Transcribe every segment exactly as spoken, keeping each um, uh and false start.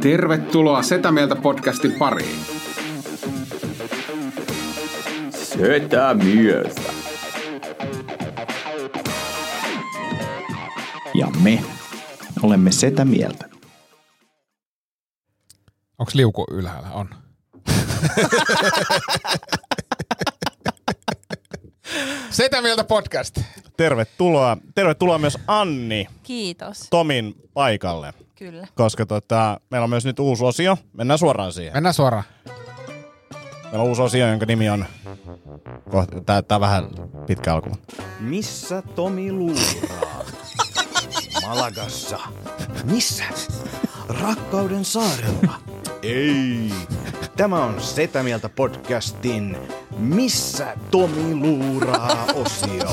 Tervetuloa Setä Mieltä podcastin pariin. Setä Mieltä. Ja me olemme Setä Mieltä. Onks liuku ylhäällä? On. Setä Mieltä podcast. Tervetuloa. Tervetuloa myös Anni. Kiitos. Tomin paikalle. Kyllä. Koska tota, meillä on myös nyt uusi osio. Mennään suoraan siihen. Mennään suoraan. Meillä on uusi osio, jonka nimi on... Tää, tää on vähän pitkä alku. Missä Tomi luuraa? Malagassa. Missä? Rakkauden saarella. Ei. Tämä on Setä Mieltä podcastin Missä Tomi luuraa -osio.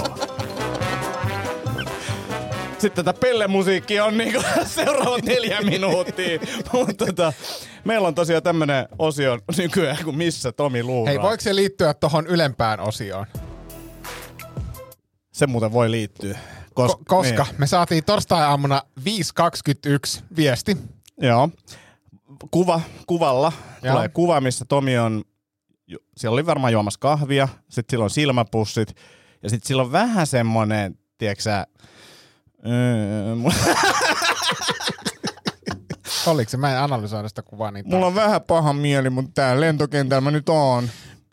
Sitten tätä pellemusiikkia on niinku seuraavat neljä minuuttia. Mutta tota, meillä on tosiaan tämmönen osio nykyään kuin Missä Tomi luuraa. Hei, voiko se liittyä tohon ylempään osioon? Se muuten voi liittyä. Kos- Ko- koska niin. me saatiin torstai-aamuna viisi kaksikymmentäyksi viesti. Joo. Kuva, kuvalla. Joo. Tulee kuva, missä Tomi on, siellä oli varmaan juomassa kahvia, sitten sillä on silmäpussit, ja sitten sillä on vähän semmonen, tiedätkö sä, öö, Oliko se? Mä en analysoida sitä kuvaa niin. mulla on vähän paha mieli, mutta tää lentokentällä mä nyt oon.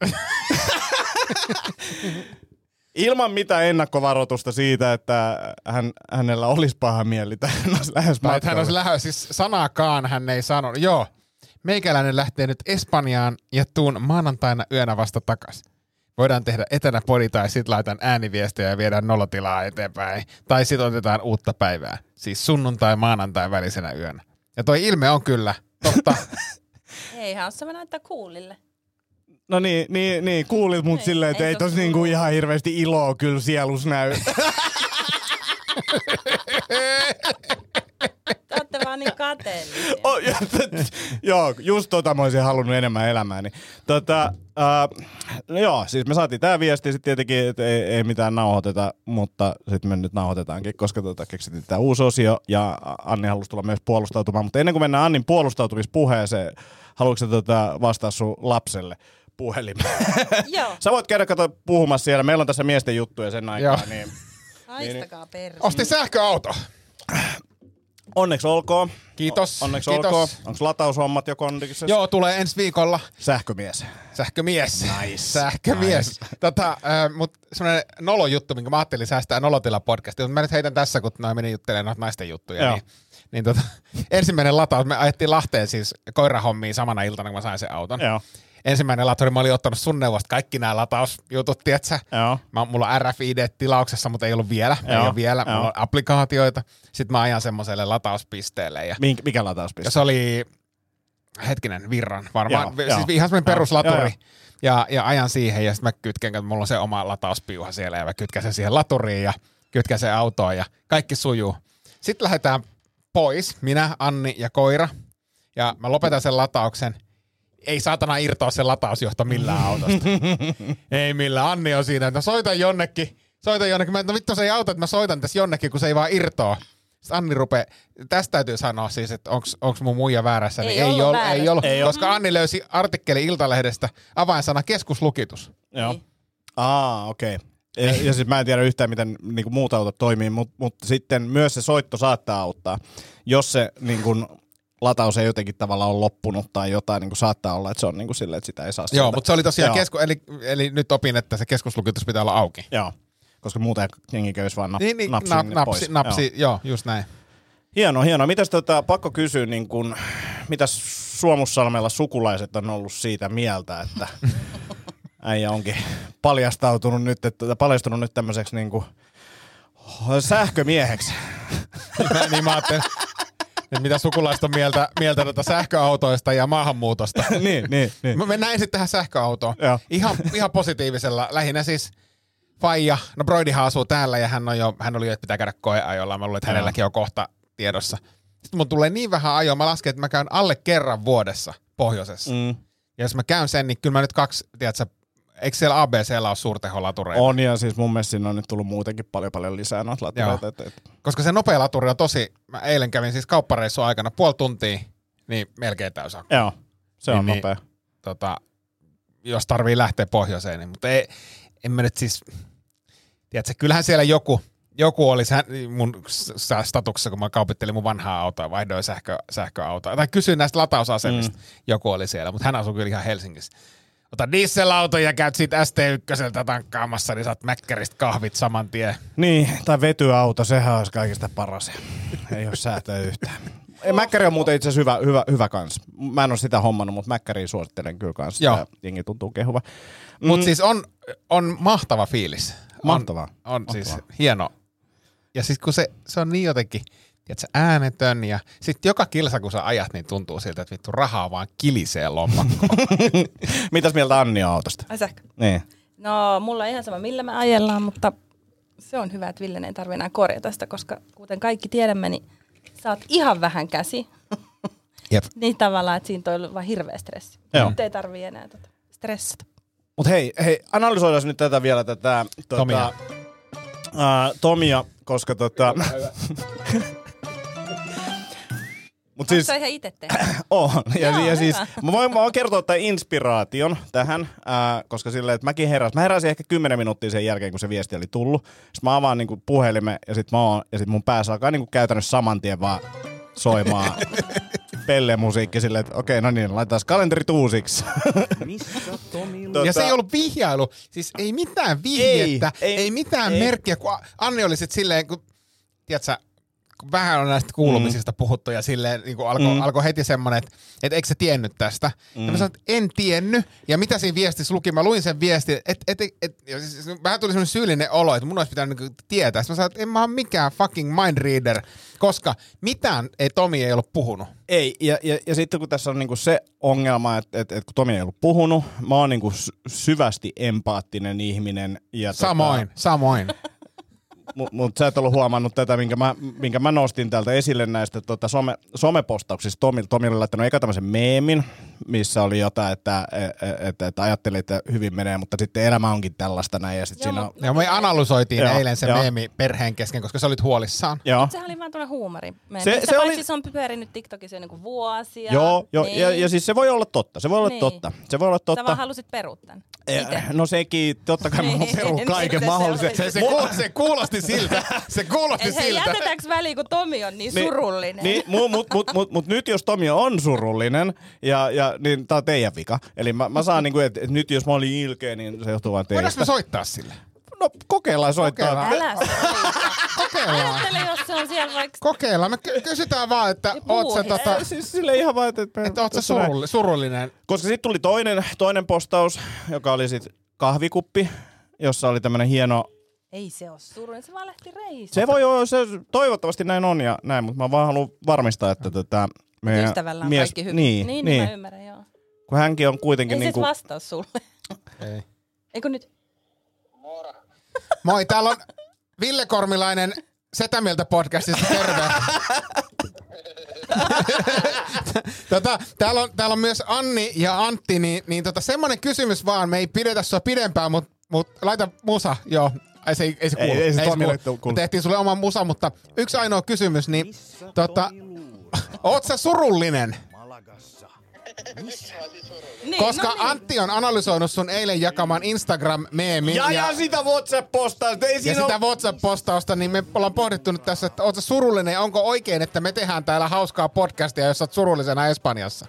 Ilman mitään ennakkovaroitusta siitä, että hän, hänellä olisi paha mieli, tai hän olisi lähes Mä, hän olisi lähdö, siis sanaakaan hän ei sanonut. Joo, meikäläinen lähtee nyt Espanjaan ja tuun maanantaina yönä vasta takas. Voidaan tehdä etänä podi tai sit laitan ääniviestejä ja viedään nolotilaa eteenpäin. Tai sit otetaan uutta päivää. Siis sunnuntai maanantai välisenä yönä. Ja toi ilme on kyllä totta. Ei haussa, mä näyttää coolille. No niin, niin, niin kuulit mut Ei, silleen, että ei ei se tos oo niinku cool. ihan hirveästi iloa kyllä sielus näy. Te ootte vaan niin kateellisia. Oh, ja, t- joo, just tota mä olisin halunnut enemmän elämääni. Tota, uh, no joo, siis me saatiin tää viesti sit tietenkin, että ei, ei mitään nauhoiteta, mutta sit me nyt nauhoitetaankin, koska tota, keksittiin tää uusi osio ja Anni halusi tulla myös puolustautumaan. Mutta ennen kuin mennään Annin puolustautumispuheeseen, haluatko tota vastaa sun lapselle puhelimeen? Joo. Sä voit käydä kato puhumassa siellä, meillä on tässä miesten juttuja sen aikaa, Joo. niin Haistakaa perse. Osti sähköauto. onneksi olkoon. Kiitos. Onneksi Kiitos. olkoon. Onko lataushommat jo kondiksessa? Joo, tulee ensi viikolla. Sähkömies. Sähkömies. Nice. Sähkömies. Nice. Tota, äh, mut semmonen nolo juttu, minkä mä ajattelin säästää nolotila podcastia, mutta mä nyt heitän tässä, kun noin meni juttelemaan noita naisten juttuja. Joo. Niin, niin tota, ensimmäinen lataus, me ajettiin Lahteen siis koirahommiin samana iltana, kun mä sain sen auton. Joo. Ensimmäinen laturi, mä olin ottanut sun neuvosta kaikki nämä latausjutut, tietsä? Joo. Mä, mulla on R F I D tilauksessa, mutta ei ollut vielä. Ei Joo. ole vielä. Joo. Mulla on applikaatioita. Sitten mä ajan semmoiselle latauspisteelle. Ja, Mink, mikä latauspiste? ja se oli, hetkinen, Virran varmaan. Joo, siis joo. ihan semmoinen Joo, peruslaturi. joo, joo. Ja, ja ajan siihen ja sitten mä kytken, että mulla on se oma latauspiuha siellä ja mä kytkän sen siihen laturiin ja kytkän sen autoon ja kaikki sujuu. Sitten lähdetään pois, minä, Anni ja koira. Ja mä lopetan sen latauksen. Ei saatana irtoa se latausjohto millään autosta. Ei millään. Anni on siinä, että mä soitan jonnekin. Soitan jonnekin. Mä, no vittu se ei auta, että mä soitan tässä jonnekin, kun se ei vaan irtoa. Sitten Anni rupee, tästä täytyy sanoa siis, että onks, onks mun muija väärässä. Ei Niin ollut ei, ol, väärässä. ei ollut, Ei koska Anni löysi artikkeli Iltalehdestä avainsana keskuslukitus. Joo. Niin. Aa, okei. Okay. Ja, ja siis mä en tiedä yhtään, miten niinku muut autot toimii, mutta mut sitten myös se soitto saattaa auttaa. Jos se niinku, lataus ei jotenkin tavallaan ole loppunut tai jotain, niin saattaa olla, että se on niin silleen, että sitä ei saa Joo, sieltä. mutta se oli tosiaan, Joo. kesku, eli, eli nyt opin, että se keskuslukitus pitää olla auki. Joo, koska muuten jengi köysi vaan nap, Niin, niin napsi, nap, ne napsi, pois. napsi, Joo. joo, just näin. Hienoa, hienoa. Mitäs tota, pakko kysyä, niin kun, mitäs Suomussalmella sukulaiset on ollut siitä mieltä, että äijä onkin paljastautunut nyt, että, paljastunut nyt tämmöiseksi niin kuin sähkömieheksi. niin mä ajattelin, että mitä sukulaiset on mieltä, mieltä tuota sähköautoista ja maahanmuutosta. niin, niin, niin. Mä mennään ensin tähän sähköautoon. Joo. Ihan, ihan positiivisella. Lähinnä siis faija, no Broidihan asuu täällä ja hän, on jo, hän oli jo, että pitää käydä koeajolla. Mä luulen, että hänelläkin on kohta tiedossa. Sitten mun tulee niin vähän ajoa, mä lasken, että mä käyn alle kerran vuodessa pohjoisessa. Mm. Ja jos mä käyn sen, niin kyllä mä nyt kaksi, tiedätkö, eikö siellä A B C:llä ole suurteholatureita? On, ja siis mun mielestä siinä on nyt tullut muutenkin paljon paljon lisää noita latureita. Et, et. Koska se nopea laturi on tosi, mä eilen kävin siis kauppareissun aikana puoli tuntia, niin melkein täysakku. Joo, se on niin, nopea. Niin, tota, jos tarvii lähteä pohjoiseen, niin, mutta ei, en mä nyt siis, tiedätkö, kyllähän siellä joku, joku oli mun statuksessa, kun mä kaupittelin mun vanhaa autoa, vaihdoin sähkö, sähköautoa, tai kysyin näistä latausasemista, mm. joku oli siellä, mutta hän asui kyllä ihan Helsingissä. Ota dieselauto ja käyt siitä S T yksi tankkaamassa, niin saat Mäkkäristä kahvit saman tien. Niin, tai vetyauto, sehän olisi kaikista paras. Ei ole säätöä yhtään. Mäkkäri on muuten itse asiassa hyvä, hyvä, hyvä kans. Mä en ole sitä hommannut, mutta Mäkkäriä suosittelen kyllä kans. Joo. Jengi tuntuu kehuva. Mm. Mutta siis on, on mahtava fiilis. Mahtavaa. On, on mahtavaa. Siis hieno. Ja siis kun se, se on niin jotenkin, tiedätkö, äänetön ja sitten joka kilsa kun sä ajat, niin tuntuu siltä, että vittu rahaa vaan kilisee lompakkoon. Mitäs mieltä Anni on autosta? Ai sähkö? Niin. No, mulla on ihan sama, millä me ajellaan, mutta se on hyvä, että Villen ei tarvitse enää korjata sitä, koska kuten kaikki tiedämme, niin sä oot ihan vähän käsi. Jep. Niin tavallaan, että siinä on vaan hirveä stressi. Joo. Nyt ei tarvii enää tota stressata. Mut hei, hei, analysoidaan nyt tätä vielä tätä... Tota, Tomia. Ää, Tomia, koska tota... Mut siis... Sä ihan itse tehdä? On. Ja, Joo, ja siis, hyvä. mä voin, mä voin kertoa tämän inspiraation tähän, ää, koska silleen, että mäkin heräsin. Mä heräsin ehkä kymmenen minuuttia sen jälkeen, kun se viesti oli tullut. Sitten mä avaan niinku puhelimen ja sit, mä oon, ja sit mun päässä alkaa niinku käytännössä saman tien vaan soimaan pellemusiikki silleen, että okei, no niin, laitetaan kalenterit uusiksi. Missä Tomi Tota- Ja se ei ollut vihjailu, siis ei mitään vihjettä, ei, Ei, ei mitään ei. merkkiä, kun Anni oli sit silleen, kun, tiedätkö, kun vähän on näistä kuulumisista mm. puhuttu ja silleen niin alkoi mm. alko heti semmoinen, että et, eikö sä tiennyt tästä? Mm. Ja mä sanoin, että en tiennyt. Ja mitä siinä viestissä luki? Mä luin sen viestin, että et, et, et, ja siis vähän tuli semmoinen syyllinen olo, että mun olisi pitänyt niin tietää. Sitten mä sanoin, että en mä ole mikään fucking mindreader, koska mitään ei Tomi ei ollut puhunut. Ei, ja, ja, ja sitten kun tässä on niinku se ongelma, että et, et kun Tomi ei ollut puhunut, mä oon niinku syvästi empaattinen ihminen. Ja Samoin, tota, samoin. Mutta mut sä et ollut huomannut tätä, minkä mä, minkä mä nostin täältä esille näistä tota, some, somepostauksista. Tomi, Tomi oli laittanut eka tämmöisen meemin, missä oli jotain, että et, et, et ajattelin, että hyvin menee, mutta sitten elämä onkin tällaista näin. Ja sit Joo, siinä on, Ja me analysoitiin Joo, eilen se joo. meemi perheen kesken, koska sä olit huolissaan. joo. Sehän oli vaan tuollainen huumori. Se- Se, se se oli- oli... se on pyörinyt TikTokissa jo niinku vuosia. Joo, joo niin. ja, ja siis se voi olla totta. Se voi olla Niin. totta. Se voi olla Sä vaan totta. halusit perua tän. Ja, Ite. no sekin, totta kai mä Niin, perun niin, kaiken se- se mahdollisen. oli. Se, se, kuulosti, se kuulosti siltä. Se kuulosti Et hei, siltä. jätetäänkö väliin, kun Tomi on niin, Niin, surullinen? Niin, mut, mut, mut, mut, mut nyt jos Tomi on surullinen, ja, ja, niin tää on teidän vika. Eli mä, mä saan niinku, että et nyt jos mä olin ilkeä, niin se johtuu vaan Voidaanko teistä. me soittaa sille? No kokeillaan soittaa. Kokeillaan. Älä soita. Kokeillaan. Ajattele, jos se on siellä vaikka... Kokeillaan. Me ky- kysytään vaan, että Ja oot sä, puuhista. tota, Äh, siis sille ihan vaan, että... että oot sä surulli, surullinen. Koska sitten tuli toinen, toinen postaus, joka oli sit kahvikuppi, jossa oli tämmönen hieno... Ei se ole surullinen, se vaan lähti reissuun. Se voi olla, se toivottavasti näin on ja näin, mutta mä vaan haluan varmistaa, että tota, meidän Ystävällä on mies... kaikki hyvin. Niin, niin, niin. niin. Mä ymmärrän, joo. Kun hänkin on kuitenkin Ei niinku... se vastaus sulle. Ei. Eikö nyt? Moi, täällä on Ville Kormilainen Setämieltä podcastista, terve. tota, täällä, on, täällä on myös Anni ja Antti, niin, niin tota, semmoinen kysymys vaan, me ei pidetä sua pidempään, mutta mut, laita musa, joo. Ei se, ei se Ei- kuulu. ei se Tomille kuulu. kuulu. Me tehtiin sulle oma musa, mutta yksi ainoa kysymys, niin tota, oot sä surullinen? Niin, Koska no niin. Antti on analysoinut sun eilen jakaman Instagram-meemin Ja, ja, sitä WhatsApp-postausta, ei ja siinä sitä ole... WhatsApp-postausta, niin me ollaan pohdittu nyt tässä, että oot sä surullinen ja onko oikein, että me tehdään täällä hauskaa podcastia, jos sä oot surullisena Espanjassa?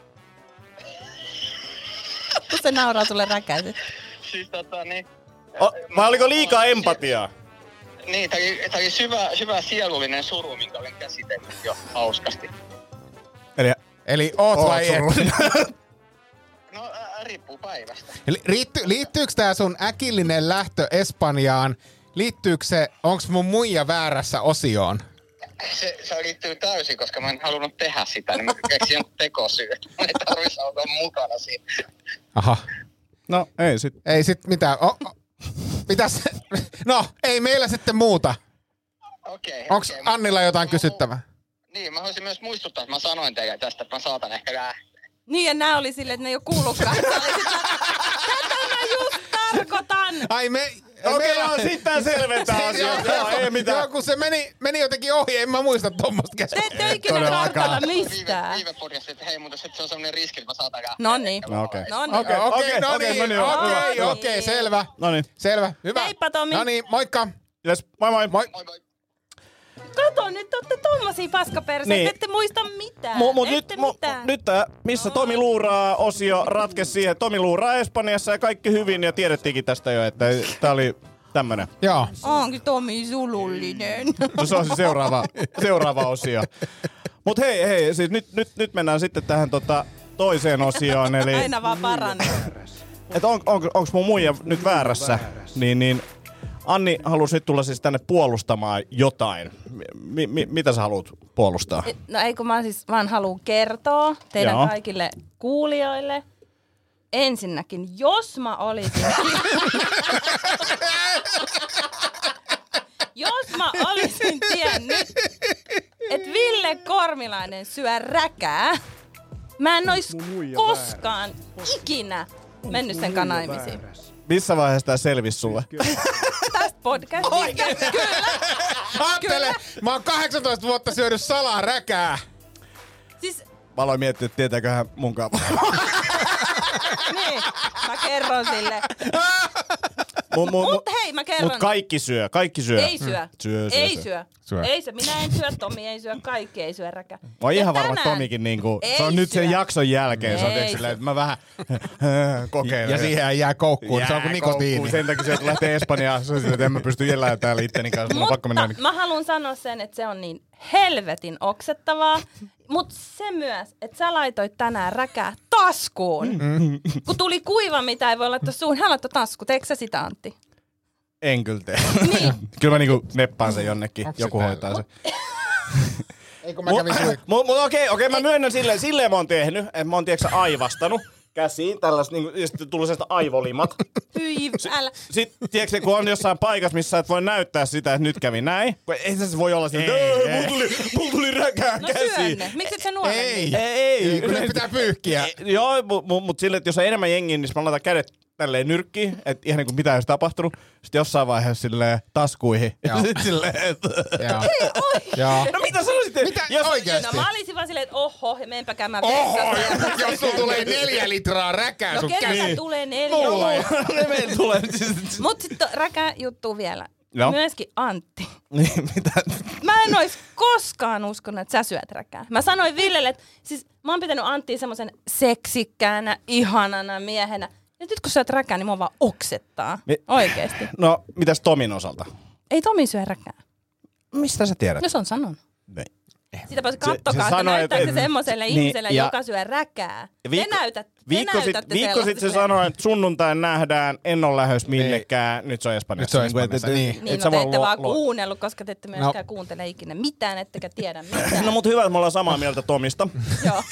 Kun se nauraa sulle räkäiset. Siis tota niin... O, vai oliko liikaa empatiaa? Niin, tää oli, tää oli syvä, syvä sielullinen suru, minkä olen käsitellyt jo hauskasti. Eli Eli oot oot vai et? surullinen. No, ää, riippuu päivästä. Li- Liitty, liittyykö tää sun äkillinen lähtö Espanjaan, liittyykö se, onks mun muija väärässä osioon? Se, se liittyy täysin, koska mä en halunnut tehdä sitä, niin mä keksin jonkun tekosyy. Mä ei tarvitsisi olla mukana siinä. Aha. No, ei sit. Ei sit mitään. O, o, mitäs? No, ei meillä sitten muuta. Okei. Onks okei. Annilla jotain Mä- kysyttävää? Niin, mä haluaisin myös muistuttaa, että mä sanoin teille tästä, että mä saatan ehkä lähteä. Niin, ja nää oli silleen, että ne ei oo kuullutkaan. Sä olisit vaan, tätä mä just tarkoitan. Ai me... Okei, me- no sitten selventää Joo, asioita. joo, ei mitään. Joo, kun se meni, meni jotenkin ohi, en mä muista tommoista Te keskustelua. ette ole ikinä Todellakaan. kartalla Viime, mistään. viime podcast, että hei, mutta sitten se on semmoinen riski, että mä saatan käydä. No niin. No okei. No niin. Okei, okei, Okei, no okei, niin, no niin, joo, hyvä, okei, hyvä. okei, selvä. Noniin. Selvä, hyvä. Heippa, Tomi. No niin, moikka. Yes, moi moi. Moi. Moi moi. Kato, nyt te ootte tommosia paskaperseitä, Niin. ette muista mitään. Mu, mut nyt, ette mu, mitään. nyt tää, missä Tomi luuraa osio ratkesi siihen. Tomi luuraa Espanjassa ja kaikki hyvin ja tiedettiinkin tästä jo, että tää oli tämmönen. Joo. Onkin Tomi sulullinen? No se on se seuraava, seuraava osio. Mut hei, hei, siis nyt, nyt, nyt mennään sitten tähän tota toiseen osioon. Eli, Aina vaan paranee. että on, on, onks mun muija nyt väärässä? Niin, niin Anni halusi nyt tulla siis tänne puolustamaan jotain. Mi, mi, mitä sä haluat puolustaa? No ei kun mä siis vaan haluan kertoa teidän Joo. kaikille kuulijoille. Ensinnäkin, jos mä olisin... jos mä olisin tiennyt, että Ville Kormilainen syö räkää, mä en ois koskaan ikinä mennyt sen kanaimisiin. Missä vaiheessa tää selvisi sulle? Tästä podcastista. Kyllä. Aattele, mä oon kahdeksantoista vuotta syönyt salaa räkää. Siis, Mä aloin miettiä, että tietääköhän munkaan. niin, mä kerron sille. Mut, mut, Mut hei, mä kerron. mut kaikki syö, kaikki syö. Ei syö. Syö, syö, ei syö. syö. Syö. Ei syö. Minä en syö, Tomi ei syö, kaikki ei syö räkää. Mä oon Ja ihan varma, että tänään Tomikin niinku, ei se on nyt sen syö. jakson jälkeen, se on Ei tiiäks syö. silleen, että mä vähän kokeilen. Ja siihen jää koukkuun, se on kuin nikotiini. koukkuun. Sen takia se, että lähtee Espanjaan, se on silleen, että en mä pysty elämään täällä itteni kanssa, mun on pakko mennä Mutta jonnekin. mä haluan sanoa sen, että se on niin helvetin oksettavaa. Mutta se myös, että sä laitoit tänään räkää taskuun. Mm. Kun tuli kuiva, mitä ei voi laittaa suun, hän laittoi tasku. Teekö sä sitä, Antti? En kyllä tee. Niin. Kyllä mä niinku neppaan sen jonnekin, Onks joku se hoitaa sen. Ei kun mä kävin suik... Mut mut okei, okei, mä myönnän silleen, silleen mä oon tehnyt, että mä oon tiiäksä aivastanut käsiin, tällaista niinku, ja sitten tullut sellaista aivolimat. Hyi, älä. Sitten, tiedätkö, kun on jossain paikassa, missä et voi näyttää sitä, että nyt kävi näin. Kun ei se voi olla sitä, että mulla tuli, mulla tuli räkää No käsiin. syön ne. Miksi et sä nuole Ei. niitä? Ei, ei. Kun ne pitää pyyhkiä. Ei, Joo, mutta mut, mut silleen, että jos on enemmän jengiä, niin mä laitan kädet tälleen nyrkkiin, että ihan niin kuin mitään ei olisi tapahtunut. Sitten jossain vaiheessa silleen taskuihin. Joo. Sitten silleen, että... Joo. Oi. Joo. No mitä sanoisit? Mitä Jos, oikeesti? No mä olisin vaan silleen, että oho, ja meenpä käymään Oho, vessassa. ja- jos sulla tulee neljä litraa räkää No sun kerran käsiin. tulee neljä. Mulla ei. ne meidän tulee. Mut sit to- räkä juttu vielä. Joo. Myöskin Antti. Niin, mitä? Mä en ois koskaan uskonut, että sä syöt räkää. Mä sanoin Villelle, että siis mä oon pitänyt Anttia semmosen seksikkäänä, ihanana miehenä. Ja nyt kun syöt räkää, niin mua vaan oksettaa. Mi- Oikeesti. No, mitäs Tomin osalta? Ei Tomi syö räkää. Mistä sä tiedät? No se on sanonut. Ei. Sitäpä se kattokaa, että sanoi, näyttääkö että- se semmoiselle niin, ihmiselle, ja- joka syö räkää. Viikko- te näytät, te Viikko sitten näytätte viikko sit se sellaiselle. sanoi, että sunnuntain nähdään, en ole lähdössä minnekään, nyt se on Espanjassa. Nyt se on Espanjassa, niin. Niin, no te ette vaan kuunnellut, koska te ette myöskään kuuntele ikinä mitään, ettekä tiedä mitään. No mut hyvä, että me ollaan samaa mieltä Tomista. Joo.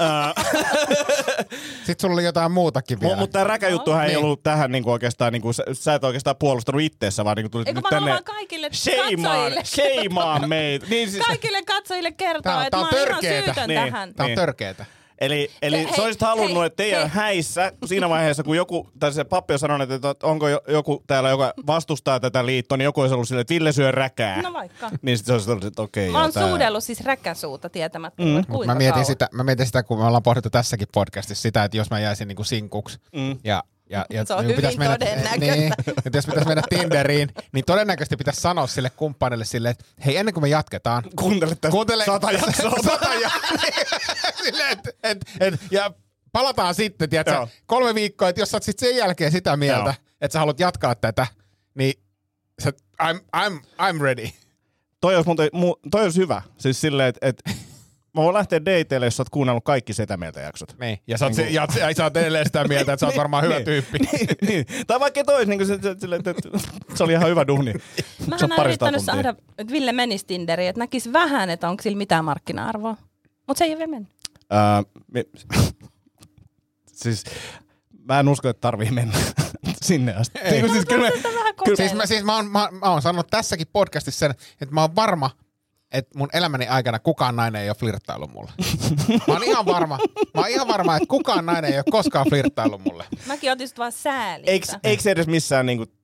Sitten sulla oli jotain muutakin vielä. Mutta mut tää räkäjuttuhan ei Niin. ollut tähän niinku oikeastaan, niinku, sä, sä et oikeastaan puolustanut itteessä, vaan niinku tulit Eikö nyt mä tänne haluan kaikille sheimaan, katsojille, sheimaan meitä. Niin siis, kaikille katsojille kertoa, Tää on- että tää mä on oon ihan törkeetä. syytön Niin. tähän. Tää on Niin. törkeetä. Eli, eli Hei, sä olisit halunnut, hei, että teidän hei. häissä siinä vaiheessa, kun joku, tai se pappi on sanonut, että onko jo- joku täällä, joka vastustaa tätä liittoa, niin joku olisi ollut silleen, että Ville syö räkää. No vaikka. Niin sit se olisi ollut, että okei. Mä ja oon tää- suudellut siis räkäsuuta tietämättä, mm. kuinka Mä mietin, kauan. sitä, mä mietin sitä, kun me ollaan pohdittu tässäkin podcastissa sitä, että jos mä jäisin niinku sinkuksi Mm. ja ja, ja Se on niin hyvin mennä, todennäköistä. niin, että jos pitäisi mennä Tinderiin, niin todennäköisesti pitäisi sanoa sille kumppanille silleen, että hei, ennen kuin me jatketaan, Kuuntele tästä kuuntele sata jaksoa. sata jaksoa. Silleen, et, et, et, ja palataan sitten, tiedätkö, Joo. kolme viikkoa, että jos sä oot sit sen jälkeen sitä mieltä, Joo. että sä haluat jatkaa tätä, niin sä, I'm, I'm, I'm ready. Toi olisi, muuten, mu, toi olisi hyvä. Siis silleen, että et, mä voin lähteä dateille, jos sä oot kuunnellut kaikki Setämieltä jaksot. Niin. Ja sä oot, Niin se, ja, ja sä oot edelleen sitä mieltä, että sä oot varmaan hyvä Niin. tyyppi. niin, niin. Tai vaikka toi, niin se, se, se, että se oli ihan hyvä duuni. Se Mähän on oon parista yrittänyt tuntia. saada, että Ville menisi Tinderiin, että näkisi vähän, että onko sillä mitään markkina-arvoa. Mutta se ei ole vielä mennyt. Uh, mi, siis mä en usko, että tarvii mennä sinne asti. Niin, kuin siis, kyllä me, Tätä vähän Kyllä, siis kokeilla. mä, siis mä, oon, mä, mä oon sanonut tässäkin podcastissa sen, että mä oon varma, että mun elämäni aikana kukaan nainen ei ole flirttaillut mulle. Mä oon ihan varma, mä oon ihan varma, että kukaan nainen ei ole koskaan flirttaillut mulle. Mäkin otin sut vaan säälistä. eikö, eikö se edes missään niinku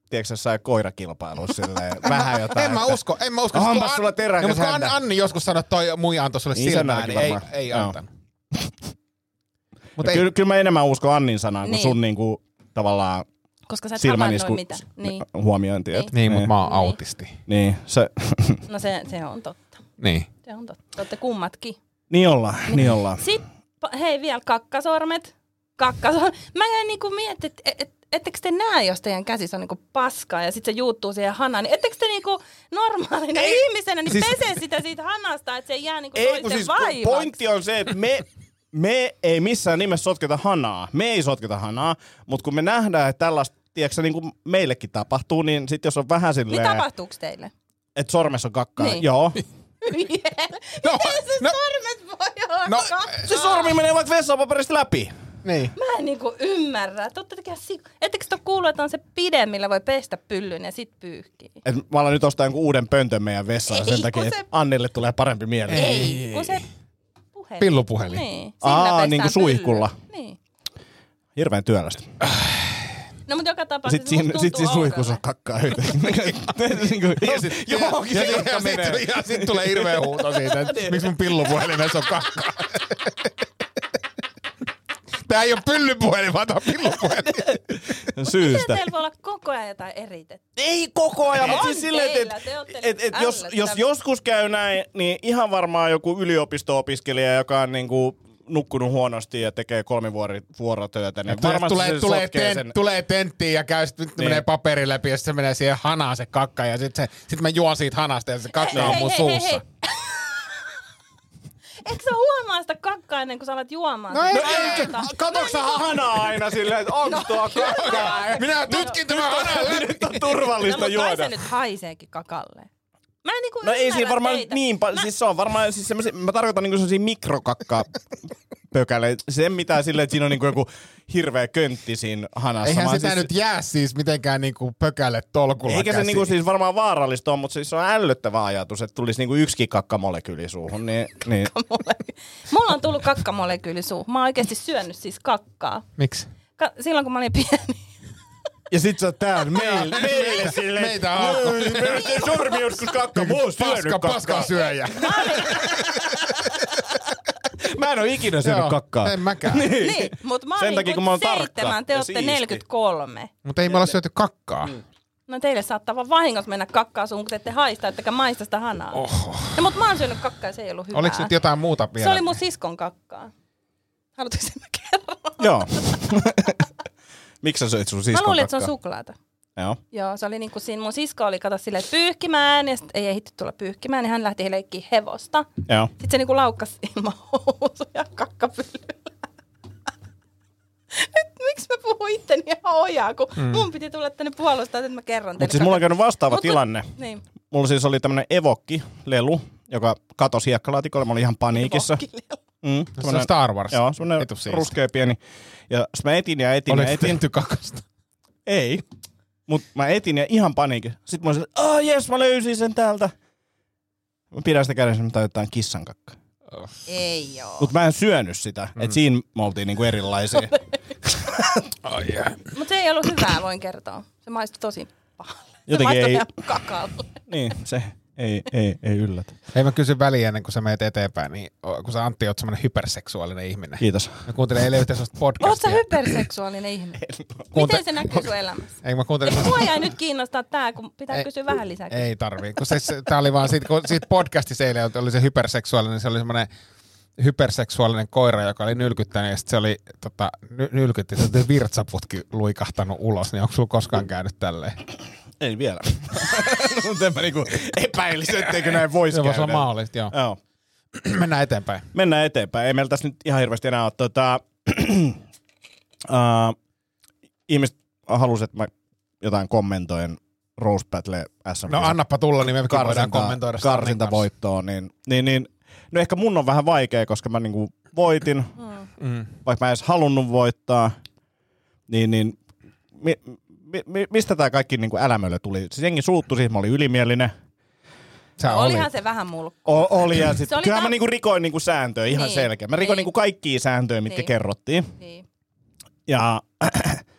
tiedätkö jossain koirakilpailussa silleen vähän jotain. En mä usko, en mä usko. Onpas Kun sulla An- teräkäs no, mutta kun hännä. An- Anni joskus sanoi, että toi muija antoi sulle Niin, silmää, sen niin ei, varmaan. ei Joo. antanut. Mut Ja ei, kyllä, kyllä mä enemmän uskon Annin sanaan kuin Niin. sun niinku tavallaan Koska sä et silmänisku havainnoi mitä. Niin. huomiointi. et- niin, mutta mä oon Niin. autisti. Niin, se, No se, se on totta. Niin. Se on totta. Te olette kummatkin. niin ollaan, niin ollaan. Sitten, hei vielä kakkasormet. Kakkasormet. Mä jäin niinku miettimään, että et, et, ettekö te näe, jos teidän käsissä on niinku paskaa ja sitten se juuttuu siihen hanaan, niin ettekö te niinku normaalina ei, ihmisenä niin siis- siis, pesee sitä siitä hanasta, että se ei jää niinku Ei, kun toisten siis vaivaksi? pointti on se, että me, me ei missään nimessä sotketa hanaa. Me ei sotketa hanaa, mutta kun me nähdään, että tällaista, tiedätkö, niin kuin meillekin tapahtuu, niin sitten jos on vähän Niin silleen, tapahtuuko teille? että sormessa on kakkaa, Niin. joo. No, Miten se no, sormet voi olla no, kakkaa? Se sormi menee vaikka vessapaperista läpi. niin. Mä en niinku ymmärrä. Totta tekee siku. Ettekö te ole kuullut, että on se pide, millä voi pestä pyllyn ja sit pyyhkii? Et mä alan nyt ostaa jonkun uuden pöntön meidän vessaan Ei, sen takia, kun että se- Annille tulee parempi mieli. Ei, kun se puhelin. Pillupuhelin. Niin. Aa, sillä niinku pestään suihkulla. pylly. Niin. Hirveän työlästä. No mutta joka tapauksessa Sitten siinä, musta sit tuntuu siinä suihkussa on oudolle. kakkaa Niinku, Johonkin Ja, se ja, kakka ja, menee. sit, ja sit tulee hirveä huuto siitä, että miksi mun pillupuhelimessa on kakkaa. Tää ei oo pyllypuhelin, vaan tää on pillupuhelin. Miten Syystä. teillä voi olla koko ajan jotain eritettä? Ei koko ajan, mutta On siis silleen, teillä, että te ootte et, et, jos, ällöttäviä. jos joskus käy näin, niin ihan varmaan joku yliopisto-opiskelija, joka on niinku nukkunut huonosti ja tekee kolmivuorotöitä, niin Tulee, varmasti tulee, se tulee, sotkee ten, sen. tulee tenttiin ja käy, sitten Niin. menee paperi läpi ja sitten se menee siihen hanaan se kakka ja sitten sit mä juon siitä hanasta ja se kakka on mun suussa. Eikö sä huomaa sitä kakkaa ennen kuin sä alat juomaan? No sitä ei, ei, hanasta? Katoksa niinku- hanaa aina silleen, että onko tuo kakkaa? Minä tutkin tämän hanan läpi. Nyt on No, turvallista mutta kai juoda. se nyt haiseekin kakalle. Mä en niinku No ei siinä ymmärrä varmaan teitä. niin paljon, siis se on varmaan, siis semmosia, mä tarkoitan niinku sellaisia mikrokakkaa pökäle. Se mitään silleen, että siinä on niinku joku hirveä köntti siinä hanassa. Eihän vaan sitä siis, nyt jää siis mitenkään niinku pökälle tolkulla eikä se käsiin. niinku siis varmaan vaarallista ole, mutta siis se on ällöttävä ajatus, että tulisi niinku yksikin kakkamolekyyli suuhun. Niin, niin. Mulla on tullut kakkamolekyyli suuhun. Mä oon oikeesti syönyt siis kakkaa. Miksi? Ka- silloin kun mä olin pieni. Ja sit sä oot täällä meille, meille silleen. Meitä alkoi. Meillä ei sormi joskus kakka, mä oon syönyt Paska, kakkaa. paska syöjä. Mä en oo ikinä syönyt Joo, kakkaa. en mäkään. Niin, mutta mä Sen olin takia, kun mä oon tarkka seitsemän, te ja ootte siisti. neljäkymmentäkolme. Mutta ei me olla syöty kakkaa. No teille saattaa vaan vahingossa mennä kakkaa suun, kun te ette haista, ettekä maista sitä hanaa. Oho. No, mutta mä oon syönyt kakkaa ja se ei ollut hyvää. Oliko nyt jotain muuta vielä? Se oli mun siskon kakkaa. Haluatko sen mä kerron? Joo. Miksi sä söit sun siskon Mä luulin, että se on kakkaa? suklaata. Joo. Joo, se oli niinku siinä, mun sisko oli kato silleen, että pyyhkimään, ja sit ei ehitty tulla pyyhkimään, niin hän lähti leikkiin hevosta. Joo. Sitten se niinku laukkas ilman housuja kakkapyllyllä. Nyt miksi mä puhun itteni ihan ojaa, kun mm. mun piti tulla tänne puolustaa, että mä kerron teille. Mutta siis mulla on käynyt vastaava Mut kun- tilanne. Niin. Mulla siis oli tämmönen evokki, lelu, joka katosi hiekkalaatikolle. Mä olin ihan paniikissa. Evokki-lelu. Mm, Se on semmonen- Star Wars. Joo, semmonen Vitu siisti. ruskea pieni. Ja sit mä etin ja etin ja Oliko etin. tehty kakasta? Ei. Mut mä etin ja ihan paniikissa. Sitten mä olin että aah jes, mä löysin sen täältä. Mä pidän sitä kädessä, mä jotain kissan kakka. Ei oo. Mut mä en syönyt sitä. Mm. Et siinä me oltiin niinku erilaisia. Oh yeah. Mut se ei ollut hyvää, voin kertoa. Se maistui tosi pahalle. Se Jotenkin maistui ei- ihan kakalle. niin, se ei, ei, ei yllätä. Hei, mä kysyn väliin ennen kuin sä menet eteenpäin, niin o- kun sä Antti oot semmonen hyperseksuaalinen ihminen. Kiitos. Mä kuuntelin eilen yhtä sellaista Oot sä podcastia. hyperseksuaalinen ihminen? Miten se näkyy sun elämässä? Ei, mä kuuntelin Mua sellaista... jäi nyt kiinnostaa tää, kun pitää Ei- kysyä vähän lisää. Ei tarvii. Kun se, se, tää oli vaan siitä, kun siitä podcastissa eilen oli se hyperseksuaalinen, se oli semmoinen hyperseksuaalinen koira, joka oli nylkyttänyt ja sit se oli tota, ny, nylkytti, se oli virtsaputki luikahtanut ulos, niin onko sulla koskaan käynyt tälleen? Ei vielä. Mutta en mä niinku epäilisi, etteikö näin voisi Se voisi käydä. olla mahdollista, joo. Joo. Mennään eteenpäin. Mennään eteenpäin. Ei meillä tässä nyt ihan hirveästi enää ole. Tota, uh, ihmiset halusivat, että mä jotain kommentoin Rose Battle S M. No annappa tulla, niin me voidaan karsinta, kommentoida sitä Annin kanssa. karsintavoittoa. Niin, niin, niin, no ehkä mun on vähän vaikea, koska mä niinku voitin, Mm. vaikka mä en edes halunnut voittaa. Niin, niin mi, mi, mi, mistä tää kaikki niinku älämölle tuli? Siis jengi suuttui siihen, mä olin ylimielinen. Sä No, olihan olit. se vähän mulkku. O, oli ja sit, Se oli kyllähän ta- mä niinku rikoin niinku sääntöjä ihan Niin. selkeä. Mä rikoin Niin. niinku kaikkia sääntöjä, mitkä Niin. kerrottiin. Niin. Ja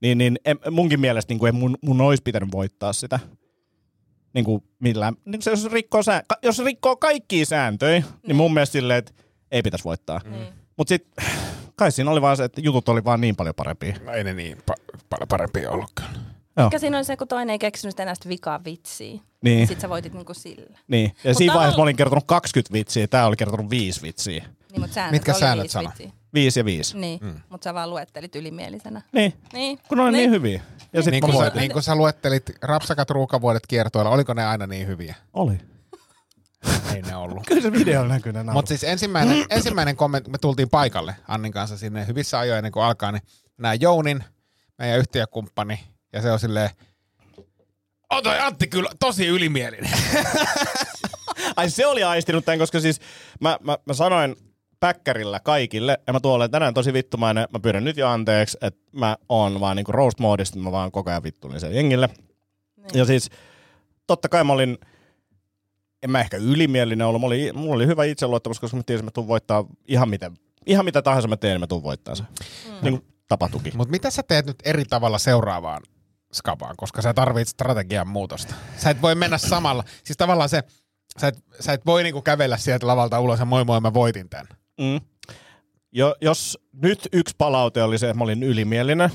Niin, niin en, munkin mielestä niin kuin ei mun, mun olisi pitänyt voittaa sitä. Niin kuin millään. Niin se, jos, rikkoo sään, jos rikkoo kaikkia sääntöjä, mm. niin mun mielestä silleen, että ei pitäisi voittaa. Mm. Mutta sitten kai siinä oli vaan se, että jutut oli vaan niin paljon parempia. No ei ne niin pa- paljon parempia ollut kyllä. Mikä siinä on se, kun toinen ei keksinyt enää sitä vikaa vitsiä. Niin. Sitten sä voitit niinku sillä. Niin. Ja Mut siinä tavall- vaiheessa mä olin kertonut kaksikymmentä vitsiä, tää oli kertonut viisi vitsiä. Niin, mut säännöt Mitkä oli säännöt viisi sano? vitsiä. Viisi ja viisi. Niin, mm. mutta sä vaan luettelit ylimielisenä. Niin. Niin. Kun ne oli niin, niin hyviä. Ja sit Niin mä kuin, sä, voitin. niin kuin sä luettelit rapsakat ruukavuodet kiertoilla, oliko ne aina niin hyviä? Oli. Ei ne ollut. Kyllä se videolla näkyy ne Mutta siis ensimmäinen, ensimmäinen kommentti, me tultiin paikalle Annin kanssa sinne hyvissä ajoin ennen kuin alkaa, niin näin Jounin, meidän yhtiökumppani, ja se on silleen, on toi Antti kyllä tosi ylimielinen. Ai se oli aistinut tämän, koska siis mä, mä, mä sanoin päkkärillä kaikille, ja mä tuolle tänään tosi vittumainen, mä pyydän nyt jo anteeksi, että mä oon vaan niinku roast-moodista, mä vaan koko ajan vittuilin sen jengille. Niin. Ja siis totta kai mä olin, en mä ehkä ylimielinen ollut, oli, mulla oli hyvä itseluottamus, koska mä tiesin, että mä tuun voittaa ihan, miten, ihan mitä tahansa mä teen, niin mä tuun voittaa sen. Mm. Niin kuin tapatuki. Mutta mitä sä teet nyt eri tavalla seuraavaan skabaan, koska sä tarvitset strategian muutosta. Sä et voi mennä samalla, siis tavallaan se, sä et, sä et voi niinku kävellä sieltä lavalta ulos ja moi moi mä voitin tän. Mm. Jo, jos nyt yksi palaute oli se, että mä olin ylimielinen,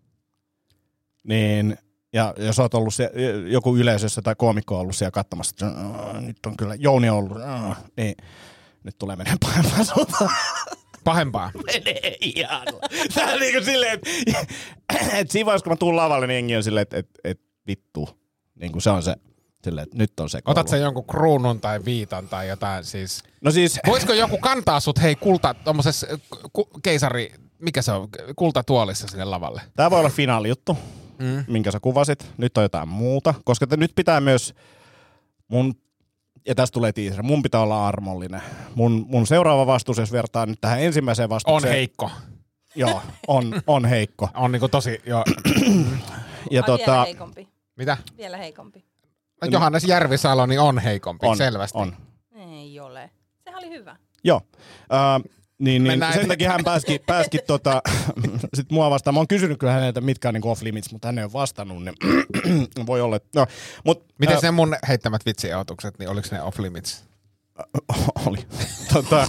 niin ja jos oot ollut se, joku yleisössä tai koomikko on ollut siellä katsomassa, että nyt on kyllä Jouni on ollut, niin nyt tulee menee pahempaan suuntaan. Pahempaa. Menee ihan. Tää on niinku silleen, että et siinä vaiheessa, kun mä tuun lavalle, niin jengi on silleen, että et, et vittu. Niinku se on se, silleen, että nyt on se. Otat sä jonkun kruunun tai viitan tai jotain siis. No siis. Voisiko joku kantaa sut hei kulta, tommosessa ku, keisari, mikä se on, kultatuolissa sinne lavalle? Tää voi olla finaalijuttu, Mm. minkä sä kuvasit. Nyt on jotain muuta, koska te, nyt pitää myös mun, ja tästä tulee teaser, mun pitää olla armollinen. Mun, mun seuraava vastuus, jos vertaa nyt tähän ensimmäiseen On vastuuseen. heikko. Joo, on, on heikko. On niinku tosi, joo. Ja Ai, tota, vielä heikompi. Mitä? Vielä heikompi. No, Johannes Järvisalo niin on heikompi, on, selvästi. on. Ei ole. Sehän oli hyvä. Joo. Uh, niin, niin Mennään sen eteenpäin. takia hän pääski, pääski tota, sit mua vastaan. Mä oon kysynyt kyllä häneltä, mitkä on niin off limits, mutta hän ei ole vastannut. Niin voi olla, että no, mut, Miten äh, ne mun heittämät vitsiautukset, niin oliko ne off limits? oli. tota,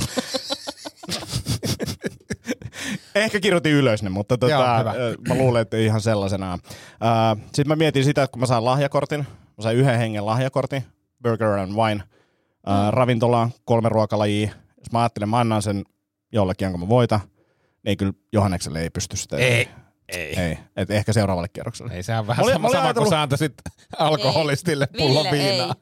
ehkä kirjoitin ylös ne, mutta tota, Joo, hyvä. mä luulen, että ihan sellaisenaan. Uh, Sitten mä mietin sitä, että kun mä saan lahjakortin, mä sain yhden hengen lahjakortin, Burger and Wine, uh, ravintolaan, kolme ruokalajia. Jos mä ajattelen, mä annan sen jollekin, jonka mä voitan, niin ei kyllä Johannekselle ei pysty sitä. Ei. Ei. Ei. Et ehkä seuraavalle kierrokselle. Ei, se on vähän Mä olin- sama, mä olin sama kuin ajatellut- sä antaisit alkoholistille Ei. pullon Ville, viinaa.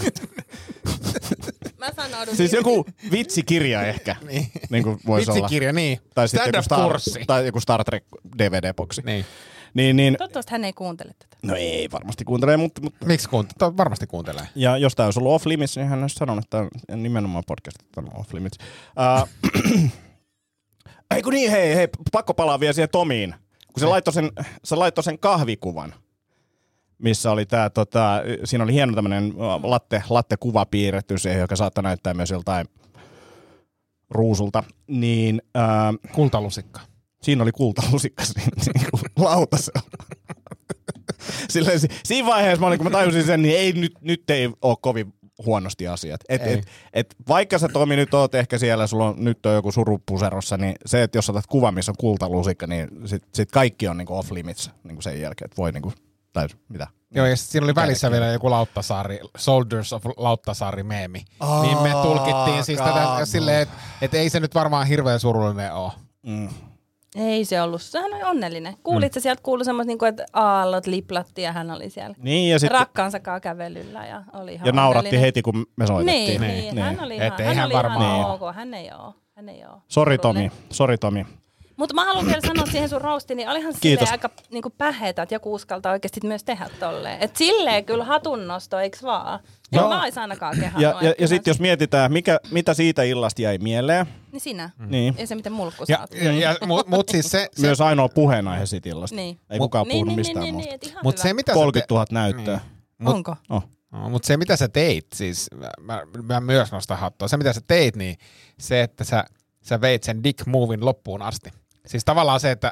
Mä sanoudun. Siis joku vitsikirja ehkä. Niin. Niin kuin voisi olla. Vitsikirja, niin. Tai sitten joku Star, Stand-up-kurssi. tai joku Star Trek D V D-boksi. Niin. Niin, niin, Toivottavasti hän ei kuuntele tätä. no ei varmasti kuuntele, mutta, mutta Miksi kuuntelee? Varmasti kuuntelee. ja jos tämä olisi ollut off limits, niin hän olisi sanonut, että tämä on nimenomaan podcast, että on off limits. Uh, ei kun niin, hei, hei, pakko palaa vielä siihen Tomiin. Kun se laittoi sen, se laittoi sen kahvikuvan, missä oli tää, tota, siinä oli hieno tämmönen latte, latte-kuva piirretty siihen, joka saattaa näyttää myös joltain ruusulta. Niin uh, Kultalusikka. siinä oli kultalusikka siinä, siinä lautasella. Silleen, si- siinä vaiheessa mä olin, kun mä tajusin sen, niin ei, nyt, nyt ei ole kovin huonosti asiat. Et, Ei. et, et, vaikka sä Tomi nyt oot ehkä siellä, sulla on, nyt on joku surupuserossa, niin se, että jos otat kuva, missä on kultalusikka, niin sit, sit kaikki on niinku off limits niinku sen jälkeen, että voi niinku, tai mitä. Joo, ja sit siinä oli välissä vielä joku Lauttasaari, Soldiers of Lauttasaari-meemi. Oh, niin me tulkittiin siis tätä God. silleen, että et ei se nyt varmaan hirveän surullinen ole. Mm. Ei se ollut. Sehän oli onnellinen. Kuulit sä sieltä kuului semmoista, niinku, että aallot liplatti ja hän oli siellä Niin, ja, sit, rakkaansa kaa kävelyllä ja oli ihan ja nauratti onnellinen. heti, kun me soitettiin. Niin, niin, hän oli ihan, Et ei hän hän oli varmaan ihan oo. ok. Hän ei oo. Hän ei oo. Sori Tomi, sori Tomi. Mutta mä haluan vielä sanoa siihen sun roastiin, niin olihan se Kiitos. aika niinku päheetä, että joku uskaltaa oikeasti myös tehdä tolleen. Et silleen kyllä hatunnosto, eiks vaan? Ja Joo. mä ois ainakaan kehannut. Ja, ja, ja sitten jos mietitään, mikä, mitä siitä illasta jäi mieleen, Niin sinä. mm. niin Ja se miten mulkku Ja, saat. ja, ja, mut, mut siis se, se, myös ainoa puheenaihe siitä illasta. Niin. Ei kukaan niin, puhunut niin, mistään niin, muusta. niin, et ihan mut hyvä. se, mitä kolmekymmentätuhatta näyttöä. mut- Onko? Oh. No, mutta se, mitä sä teit, siis mä, mä myös nostan hattua, se, mitä sä teit, niin se, että sä, sä veit sen dick movin loppuun asti. Siis tavallaan se, että et,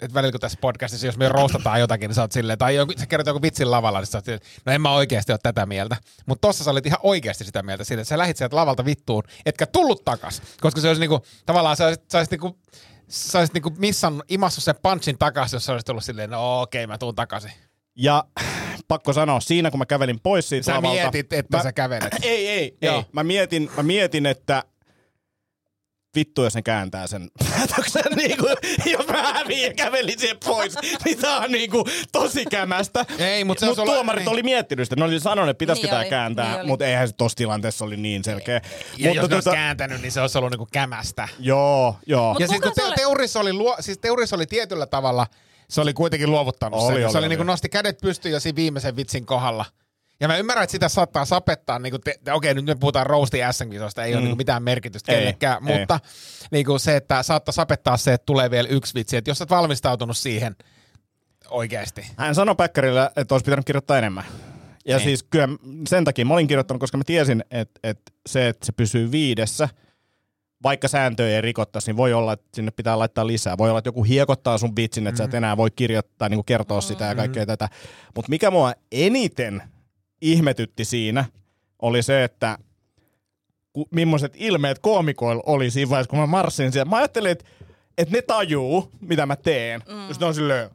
että välillä kun tässä podcastissa, jos me roustataan jotakin, niin sä oot silleen, tai joku, sä kerrot joku vitsin lavalla, niin sä oot silleen, no en mä oikeasti ole tätä mieltä. Mutta tossa sä olit ihan oikeasti sitä mieltä siitä, että sä lähit sieltä lavalta vittuun, etkä tullut takas. Koska se olisi niinku, tavallaan sä olisit, sä olisit niinku, sä olisit niinku missannut, imassut sen punchin takas, jos sä olisit tullut silleen, no okei, mä tuun takaisin. Ja pakko sanoa, siinä kun mä kävelin pois siitä sä lavalta... Sä mietit, että mä, sä kävelet. Ei, ei, ei. Mä mietin, mä mietin, että vittu, jos ne kääntää sen päätöksen, niin kuin, jos mä häviin ja kävelin siihen pois, niin tää on niin kuin, tosi kämästä. Ei, mutta mut tuomarit niin. oli miettinyt sitä. Ne oli sanonut, että pitäisikö niin tää oli, kääntää, niin mutta eihän se tossa tilanteessa oli niin selkeä. Ja mutta jos ne tuota, olisi kääntänyt, niin se olisi ollut niinku kämästä. Joo, joo. Mut ja siis kun te- sulle... teurissa oli, luo- siis teurissa oli tietyllä tavalla, se oli kuitenkin luovuttanut Oli, sen. oli, se oli, oli. niinku nosti kädet pystyyn jo siinä viimeisen vitsin kohdalla. Ja mä ymmärrän, että sitä saattaa sapettaa, niin te, te, okei nyt me puhutaan roasti S M-kisoista, ei mm. ole niin mitään merkitystä ei, kellekään, ei. mutta niin se, että saattaa sapettaa se, että tulee vielä yksi vitsi, että jos olet valmistautunut siihen oikeasti. Hän sanoi Päkkärillä, että olisi pitänyt kirjoittaa enemmän. Ja Niin. siis kyllä sen takia mä olin kirjoittanut, koska mä tiesin, että, että se, että se pysyy viidessä, vaikka sääntöjä ei rikottaisi, niin voi olla, että sinne pitää laittaa lisää. Voi olla, että joku hiekottaa sun vitsin, että mm-hmm. sä et enää voi kirjoittaa, niin kuin kertoa mm-hmm. sitä ja kaikkea tätä. Mutta mikä mua eniten ihmetytti siinä, oli se, että ku, millaiset ilmeet koomikoilla oli siinä vaiheessa, kun mä marssin siellä. Mä ajattelin, että, että ne tajuu, mitä mä teen. Mm. Jos ne on silleen...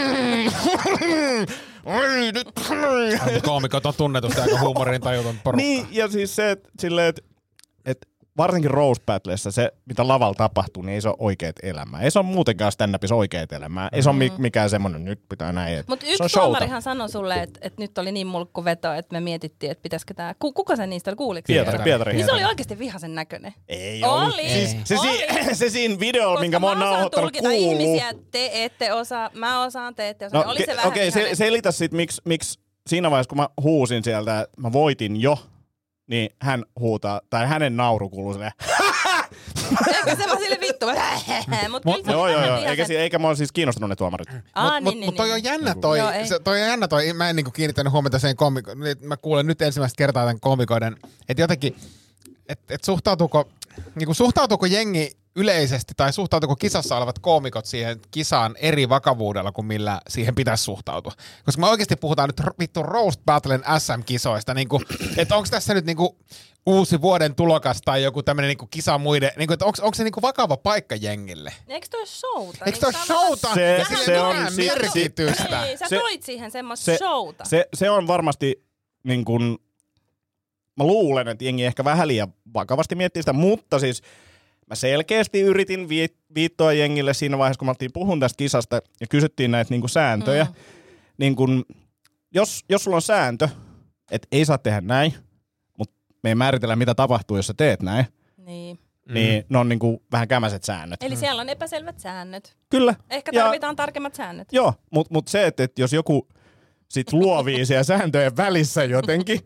Koomikot on tunnetusti aika huumorin tajuton porukka. Niin, ja siis se, että, silleen, että, että varsinkin Roast Battlessa se, mitä lavalla tapahtuu, niin ei se ole oikeet elämää. Ei se ole muutenkaan stand-upissa oikeet elämää. Ei se ole mikään semmoinen, nyt pitää näin. Mutta yksi tuomarihan sanoi sulle, että, että nyt oli niin mulkku veto, että me mietittiin, että pitäisikö tämä... Kuka se niistä oli? Kuuliko? Pietari, Pietari. Niin se oli oikeasti vihaisen näköinen. Ei ollut. Oli. Siis, se, oli. Si- se siinä videolla, minkä mä oon nauhoittanut, kuuluu. Ihmisiä, te ette osaa, mä osaan, te ette osaa. No, oli se ke- vähän Okei, okay, se, selitä sit, miksi miksi siinä vaiheessa, kun mä huusin sieltä, että mä voitin jo, niin hän huutaa, tai hänen nauru kuuluu silleen. Eikö se vaan sille vittu? Mut Mut- kyllä se Joo, oli joo, vähän joo. vihaisen. Eikä, si- eikä mä ole siis kiinnostunut ne tuomarit. Aa, Mutta niin, mut, niin, mut toi niin. on jännä toi, Joo, ei. se, toi on jännä toi, mä en niinku kiinnittänyt huomiota sen komiko, mä kuulen nyt ensimmäistä kertaa tämän komikoiden, että jotenkin, että et suhtautuuko, niinku suhtautuuko jengi yleisesti tai suhtautuuko kisassa olevat koomikot siihen kisaan eri vakavuudella kuin millä siihen pitäisi suhtautua. Koska me oikeasti puhutaan nyt vittu Roast Battlen S M-kisoista, niinku, että onko tässä nyt niinku uusi vuoden tulokas tai joku tämmöinen niinku kisa muiden, niinku, että onko se niinku vakava paikka jengille? Eikö toi showta? Eikö toi Niin showta? Se- Ja se sillä ei on ole siis- merkitystä. Niin, sä Se- toit siihen semmoista se- showta. Se, se on varmasti niin kuin, mä luulen, että jengi ehkä vähän liian vakavasti miettii sitä, mutta siis mä selkeästi yritin vi- viittoa jengille siinä vaiheessa, kun mä oltiin puhun tästä kisasta ja kysyttiin näitä niin kuin sääntöjä. Mm. Niin kuin, jos, jos sulla on sääntö, että ei saa tehdä näin, mutta me ei määritellä, mitä tapahtuu, jos sä teet näin, Niin. mm. niin ne on niin kuin vähän kämäiset säännöt. Eli siellä on epäselvät säännöt. Kyllä. Ehkä Ja- tarvitaan tarkemmat säännöt. Joo, mutta mut se, että, että jos joku sit luovii siellä sääntöjen välissä jotenkin,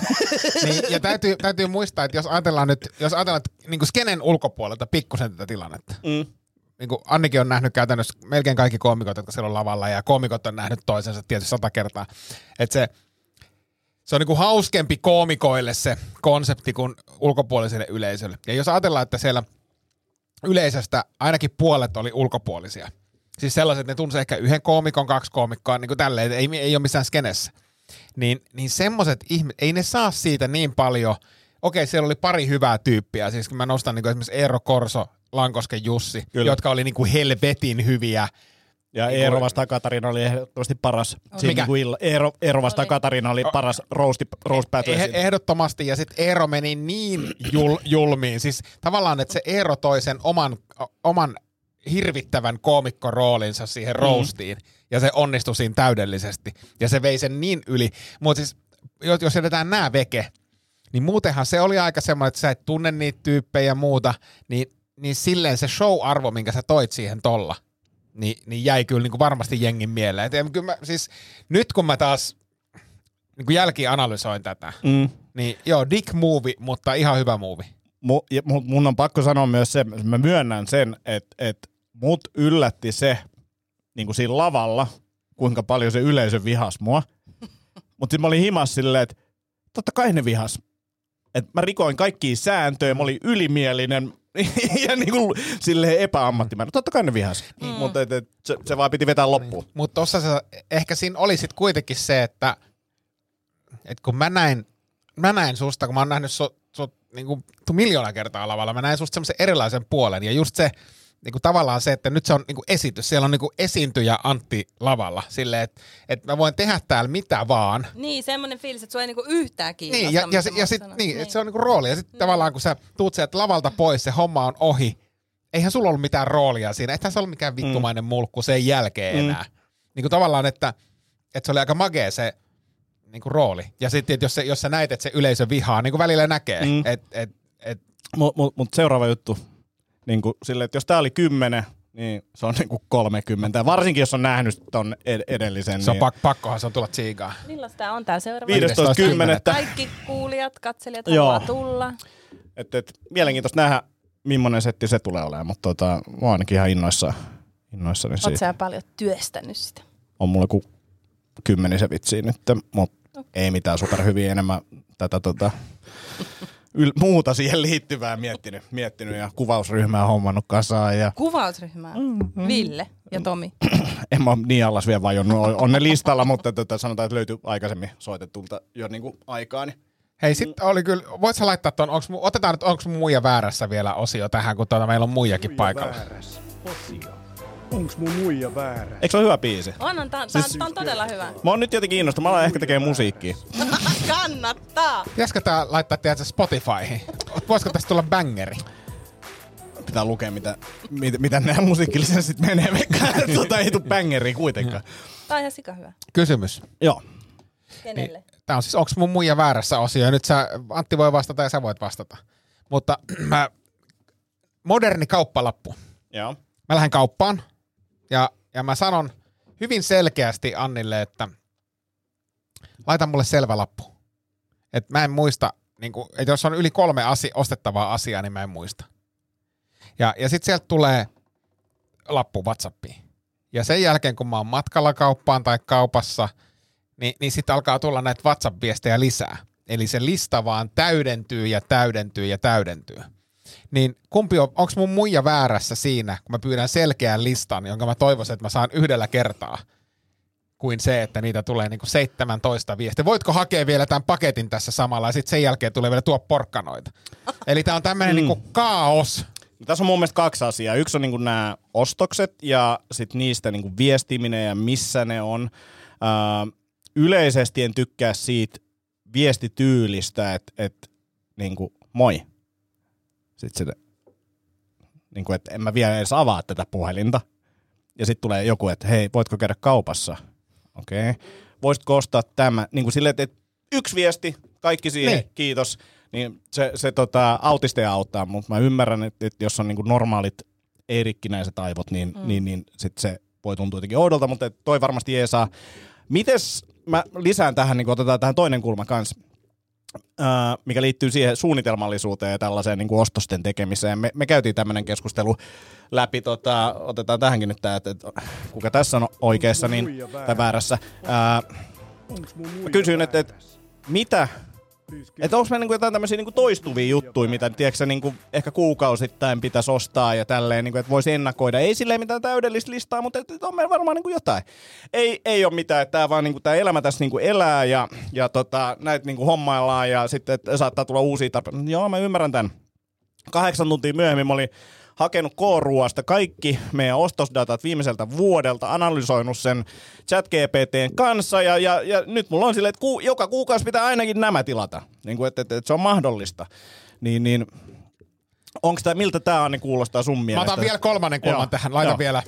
Niin, ja täytyy, täytyy muistaa, että jos ajatellaan nyt, jos ajatellaan että niin kuin skenen ulkopuolelta pikkusen tätä tilannetta. mm. Niin kuin Annikin on nähnyt käytännössä melkein kaikki koomikot, jotka siellä on lavalla, ja koomikot on nähnyt toisensa tietysti sata kertaa. Että se, se on niin kuin hauskempi koomikoille se konsepti kuin ulkopuoliselle yleisölle. Ja jos ajatellaan, että siellä yleisöstä ainakin puolet oli ulkopuolisia. Siis sellaiset, että ne tunsi ehkä yhden koomikon, kaksi koomikkoa, niin kuin tälleen, ei, ei ole missään skenessä. Niin, niin semmoiset ihmiset, ei ne saa siitä niin paljon. Okei, siellä oli pari hyvää tyyppiä. Siis kun mä nostan niin kuin esimerkiksi Eero Korso, Lankosken Jussi, Kyllä. jotka oli niin kuin helvetin hyviä. Ja Niin Eero kuin- vastaan Katarina oli ehdottomasti paras. Siinä Mikä? niin kuin illa- Eero, Eero vastaan Oli. Katarina oli paras roast, roast battle. Eh- siinä. ehdottomasti, ja sitten Eero meni niin jul, julmiin. Siis tavallaan, että se Eero toi sen oman, o- oman hirvittävän koomikkoroolinsa siihen roastiin, ja se onnistui siinä täydellisesti. Ja se vei sen niin yli. Mutta siis, jos jos jätetään nämä veke, niin muutenhan se oli aika semmoinen, että sä et tunne niitä tyyppejä ja muuta, niin, niin silleen se show-arvo, minkä sä toit siihen tolla, niin, niin jäi kyllä niin kuin varmasti jengin mieleen. Et kyllä mä, siis, nyt kun mä taas niin kuin jälkianalysoin tätä, Mm. niin joo, dick movie, mutta ihan hyvä movie. Mu, ja mu- mun on pakko sanoa myös se, mä myönnän sen, että, että mut yllätti se niin kuin siinä lavalla, kuinka paljon se yleisö vihas mua. Mutta sitten mä olin himas silleen, että totta kai ne vihas. Et mä rikoin kaikkia sääntöjä, mä olin ylimielinen, ja niinku silleen epäammattimainen. Totta kai ne vihasi, mm. mutta et, et, se, se vaan piti vetää loppuun. Niin. Mutta tossa se, ehkä siinä oli sit kuitenkin se, että et kun mä näin, mä näin susta, kun mä oon nähnyt sut, sut niinku miljoona kertaa lavalla, mä näin susta semmoisen erilaisen puolen. Ja just se, niinku tavallaan se, että nyt se on niinku esitys. Siellä on niinku esiintyjä Antti lavalla. Silleen, että et mä voin tehdä täällä mitä vaan. Niin, semmoinen fiilis, että sua ei niinku yhtään kiinnosta. Niin, ja, ja, ja sit, niin, niin. se on niinku rooli. Ja sitten tavallaan, kun sä tuut sieltä lavalta pois, se homma on ohi. Eihän sulla ollut mitään roolia siinä. Eihän se ollut mikään vittumainen mm. mulkku sen jälkeen enää. Mm. Niin kuin tavallaan, että, että se oli aika magea se niin kuin rooli. Ja sitten, jos, jos sä näit, että se yleisö vihaa, niin kuin välillä näkee. Mm. Et, et, et. Mut mut, mut seuraava juttu. Niin kuin sille, että jos tää oli kymmenen, niin se on niin kuin kolmekymmentä. Varsinkin, jos on nähnyt ton ed- edellisen. Se on niin... pak- pakkohan se on tulla tsiigaan. Milloin tää on tää seuraava? viidestoista kymmenettä Kaikki kuulijat, katselijat haluaa tulla. Et, et, mielenkiintoista nähdä, millainen setti se tulee olemaan, mutta tota, mä oon ainakin ihan innoissaan. innoissani Oot siitä. sä paljon työstänyt sitä? On mulla ku kymmenisen vitsiä nyt, mutta okay. Ei mitään superhyviä, enemmän tätä tota, yl- muuta siihen liittyvää miettinyt, miettinyt ja kuvausryhmää hommannut kasaan. Ja... Kuvausryhmää? Mm-hmm. Ville ja Tomi? En mä niin allas vielä vajonnut, on ne listalla, mutta tota, sanotaan, että löytyy aikaisemmin soitetulta jo niinku aikaa. Niin... Hei, sit oli kyllä, voit sä laittaa ton, onks, otetaan nyt, onks mun muija väärässä vielä osio tähän, kun tuota, meillä on muijakin muija paikalla. Väärässä osio. Onks mun muija väärä? Eikö se ole hyvä biisi? On, on, tää on, siis, on todella hyvä. Mä oon nyt jotenkin innostunut, mä alan ehkä tekee musiikkia. Kannattaa! Pitäisikö tää laittaa tiedätkö Spotifyhin? Voisiko tästä tulla bangeri? Pitää lukea, mitä, mitä, mitä nämä musiikkilisensit menee, vaikka tuota ei tuu bangeriin kuitenkaan. Tää on ihan sika hyvä. Kysymys. Joo. Kenelle? Niin, tää on siis, onks mun muija väärässä osio? Ja nyt sä, Antti voi vastata ja sä voit vastata. Mutta mä, moderni kauppalappu. Joo. Mä lähden kauppaan ja, ja mä sanon hyvin selkeästi Annille, että laita mulle selvä lappu. Että mä en muista, niin kun, että jos on yli kolme asi, ostettavaa asiaa, niin mä en muista. Ja, ja sit sieltä tulee lappu WhatsAppiin. Ja sen jälkeen, kun mä oon matkalla kauppaan tai kaupassa, niin, niin sitten alkaa tulla näitä WhatsApp-viestejä lisää. Eli se lista vaan täydentyy ja täydentyy ja täydentyy. Niin kumpi on, onko mun muija väärässä siinä, kun mä pyydän selkeän listan, jonka mä toivoisin, että mä saan yhdellä kertaa, kuin se, että niitä tulee niinku seitsemäntoista viestiä. Voitko hakea vielä tämän paketin tässä samalla ja sitten sen jälkeen tulee vielä tuo porkkanoita. Eli tää on tämmöinen mm. niinku kaos. Tässä on mun mielestä kaksi asiaa. Yksi on niinku nämä ostokset ja sitten niistä niinku viestiminen ja missä ne on. Öö, yleisesti en tykkää siitä viestityylistä, että et, niinku moi. Sitten se, niinku, että en mä vielä edes avaa tätä puhelinta. Ja sitten tulee joku, että hei, voitko käydä kaupassa? Okei. Okay. Voisitko ostaa tämä? Niin kuin silleen, että yksi viesti, kaikki siihen, niin. Kiitos. Niin se, se tota, autisteja auttaa, mutta mä ymmärrän, että, että jos on niin kuin normaalit ei-rikkinäiset aivot, niin, mm. niin, niin sit se voi tuntua jotenkin oudolta, mutta toi varmasti ei saa. Mites mä lisään tähän, niin otetaan tähän toinen kulma kanssa, Uh, mikä liittyy siihen suunnitelmallisuuteen ja tällaiseen niin kuin ostosten tekemiseen. Me, me käytiin tämmöinen keskustelu läpi, tota, otetaan tähänkin nyt tämä, että, että kuka tässä on oikeassa niin, tai väärässä. Uh, mä kysyin, että, että mitä, että onko meillä niin kuin jotain tämmöisiä niin kuin toistuvia juttuja, mitä tiedätkö, niin kuin ehkä kuukausittain pitäisi ostaa ja tälleen, niin kuin, että voisi ennakoida. Ei silleen mitään täydellistä listaa, mutta että, että on meillä varmaan niin kuin jotain. Ei, ei ole mitään, että tämä vaan niin kuin, tämä elämä tässä niin kuin elää ja, ja tota, näitä niin kuin hommaillaan ja sitten että saattaa tulla uusia tarpeita. Joo, mä ymmärrän tämän. Kahdeksan tuntia myöhemmin mä olin hakenut K-ruuasta kaikki meidän ostosdatat viimeiseltä vuodelta, analysoinut sen ChatGPTn kanssa ja, ja, ja nyt mulla on silleen, että ku, joka kuukausi pitää ainakin nämä tilata, niin kuin, että, että, että se on mahdollista. Niin, niin onko tämä, miltä tämä Anni kuulostaa sun mielestä? Mä otan vielä kolmannen kulman Joo. tähän, laita Joo. vielä.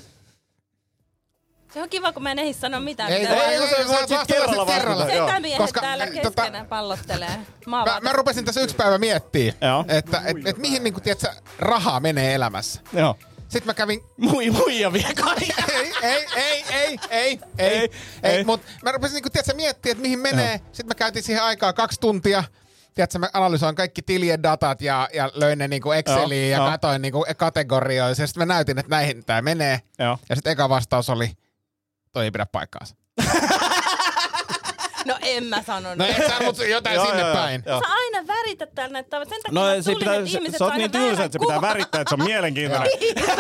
Se on kiva, kun mä en ehdi sanoa mitään. Ei, mitä ei, vaan... ei, ei, saat vastata kerralla. kerralla. Setä miehet Koska, täällä keskenään tota, pallottelee. Mä, mä, mä rupesin tässä yksi päivä miettimään, Joo. että et, et mihin niin kun, tiedätkö, rahaa menee elämässä. Joo. Sitten mä kävin... Mui, muija vielä kaikki. ei, ei, ei, ei, ei, ei, ei, ei. Mut mä rupesin niin kun, tiedätkö, miettimään, että mihin menee. Joo. Sitten mä käytin siihen aikaa kaksi tuntia. Tiedätkö, mä analysoin kaikki tilien datat ja, ja löin ne niinku Exceliin Joo, ja jo. katoin niinku kategorioissa. Sitten mä näytin, että näihin tää menee. Joo. Ja sitten eka vastaus oli, toi ei pidä paikkaansa. No en mä sanonut. No et sä mut jotain Joo, sinne joo, päin. joo. Sä aina värität täällä näitä tavoita. Sen takia No mä se tulin, pitää, että se, ihmiset sä oot saa niin aina tylsä, väärän että se pitää kuvan. värittää, että se on mielenkiintoinen.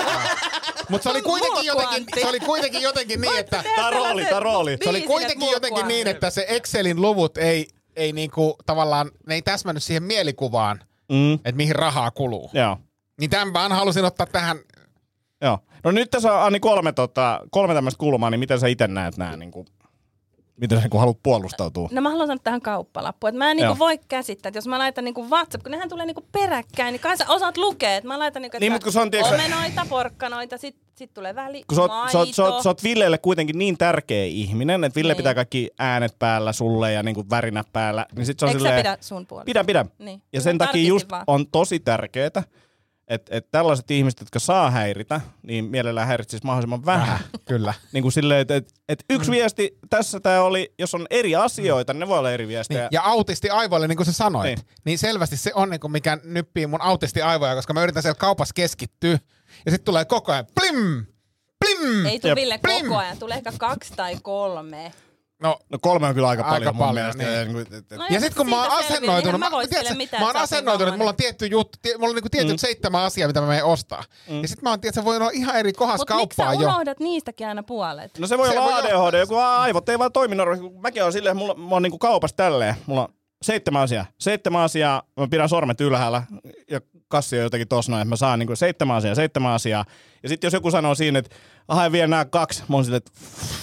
Mutta se oli kuitenkin jotenkin, se oli kuitenkin jotenkin niin, että Tää on rooli, tää on rooli. se oli kuitenkin jotenkin niin, että se Excelin luvut ei, ei niinku tavallaan, ne ei täsmännyt siihen mielikuvaan, Mm. että mihin rahaa kuluu. Joo. Niin tämän vaan halusin ottaa tähän. Joo. No nyt tässä on Anni kolme, tota, kolme tämmöistä kulmaa, niin miten sä itse näet nää, niin kuin, miten sä niin haluat puolustautua? No mä haluan sanoa tähän kauppalappuun, että mä en Joo. niinku voi käsittää, että jos mä laitan niinku WhatsApp, kun nehän tulee niinku peräkkäin, niin kai sä osaat lukea, että mä laitan niinku, Niin, että mut kun se on, tiiäksä- omenoita, porkkanoita, sit, sit tulee väli, Kun sä oot, maito. sä, oot, sä, oot, sä oot Villelle kuitenkin niin tärkeä ihminen, että Ville Niin. pitää kaikki äänet päällä sulle ja niinku värinät päällä. Niin sit se on Eikö silleen, sä pidä sun puolesta? Pidän, pidän. Niin. Ja sen Mä takia tarkistin just vaan. on tosi tärkeetä, että et tällaiset ihmiset, jotka saa häiritä, niin mielellään häiritsisi mahdollisimman vähän. Kyllä. Niin kuin silleen, että et, et yksi mm. viesti tässä tää oli, jos on eri asioita, niin ne voi olla eri viestejä. Niin, ja autisti aivoille, niin kuin sä sanoit, Niin. niin, niin selvästi se on, niin kuin mikä nyppii mun autisti aivoja, koska mä yritän siellä kaupassa keskittyä, ja sitten tulee koko ajan plim, plim. Ei tule Jep. Ville Plim. koko ajan, tulee ehkä kaksi tai kolme. No, No kolme on kyllä aika, Aika paljon mun paljon, mielestä. niin. Ja niin kuin, et- et- No ja sitten kun mä oon siitä selviää, asennoitunut, eihän mä mä, voi tiedätkö, sille mitään, mä oon että sä oot asennoitunut, että vammainen. mulla on tietty juttu, tie, mulla on niinku tietyt mm. seitsemän asiaa, mitä mä menen ostaa. Mm. Ja sitten mä oon, tiedätkö, voi olla ihan eri kohdassa Mutta miksi sä kauppaa jo. unohdat niistäkin aina puolet? No se voi Se olla voi A D H D, joku aivot ei vaan toimi normaalisti. Mäkin on silleen, mulla, mä oon niinku kaupassa tälleen. Mulla on seitsemän asiaa. Seitsemän asiaa, mä pidän sormet ylhäällä ja kassi on jotenkin tossa noin, että mä saan niinku seitsemän asiaa, seitsemän asiaa. Ja sitten jos joku sanoo siinä, että aha, vie nää kaksi, mä oon silleen, että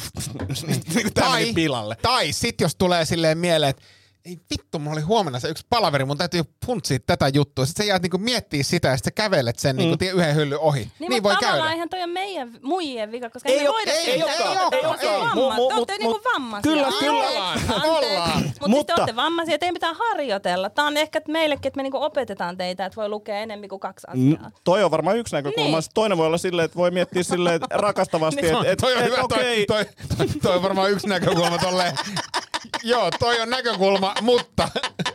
niinku tää meni pilalle. Tai sit jos tulee silleen mieleen, että ei vittu, mulla oli huomenna se yksi palaveri, mun täytyy funtsia tätä juttua. Sitten sä jäät niinku miettiä sitä ja sitten sä kävelet sen mm. niinku tie yhden hyllyn ohi. Niin, Niin, niin mutta voi tavallaan käydä. eihän toi on meidän muijien vika, koska Ei ei me oo- voida ei- siitä. ei Te olekaan, olette ei olekaan. vamma- Mu- mu- Te olette mut- niinku mut- vammaisia. kyllä, Anteeksi, kyllä. anteeksi. Ollaan. Mutta siis Mutta- te olette vammaisia, teidän pitää harjoitella. Tää on ehkä meillekin, että me niinku opetetaan teitä, että voi lukea enemmän kuin kaksi asiaa. N- toi on varmaan yksi näkökulma. Niin. Niin. Toinen voi olla silleen, että voi miettiä silleen, että rakastavasti, Niin, että et, toi on et, hyvä, okei. toi, toi, toi, toi on varmaan yksi näkökulma tolleen. Joo, toi on näkökulma, mutta...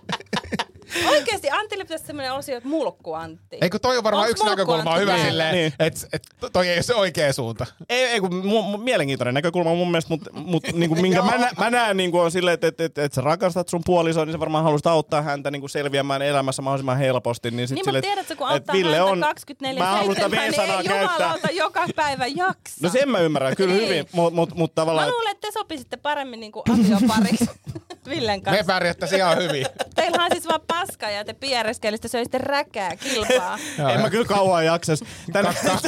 Oikeesti Antille pitäisi semmoinen osio, että mulkku Antti. Eikö toi on varmaan Onks yksi mulkku näkökulma on Antti hyvä täällä? silleen, Niin. että et, toi ei ole se oikea suunta. Ei, ei kun mu, mu, mielenkiintoinen näkökulma mun mielestä, mutta mut, niinku, minkä mä, nä, mä näen niinku, on silleen, että et, et, et sä rakastat sun puolisoa, niin sä varmaan haluaisit auttaa häntä niinku, selviämään elämässä mahdollisimman helposti. Niin, sit Niin, silleen, mutta tiedätkö, kun et auttaa Ville häntä on, kaksikymmentäneljä mä haluan sitä seitsemän, niin V-sanaa ei käyttää. jumalauta joka päivä jaksa. No sen mä ymmärrän kyllä Niin. hyvin, mutta mut, mut, tavallaan... Mä luulen, että te sopisitte paremmin niinku aviopariksi Villen Me kanssa. pärjättäisiin ihan hyvin. Teillä on siis vaan paskaa ja te piereskelistä söisitte räkää kilpaa. En mä kyllä kauan jaksas. Tän,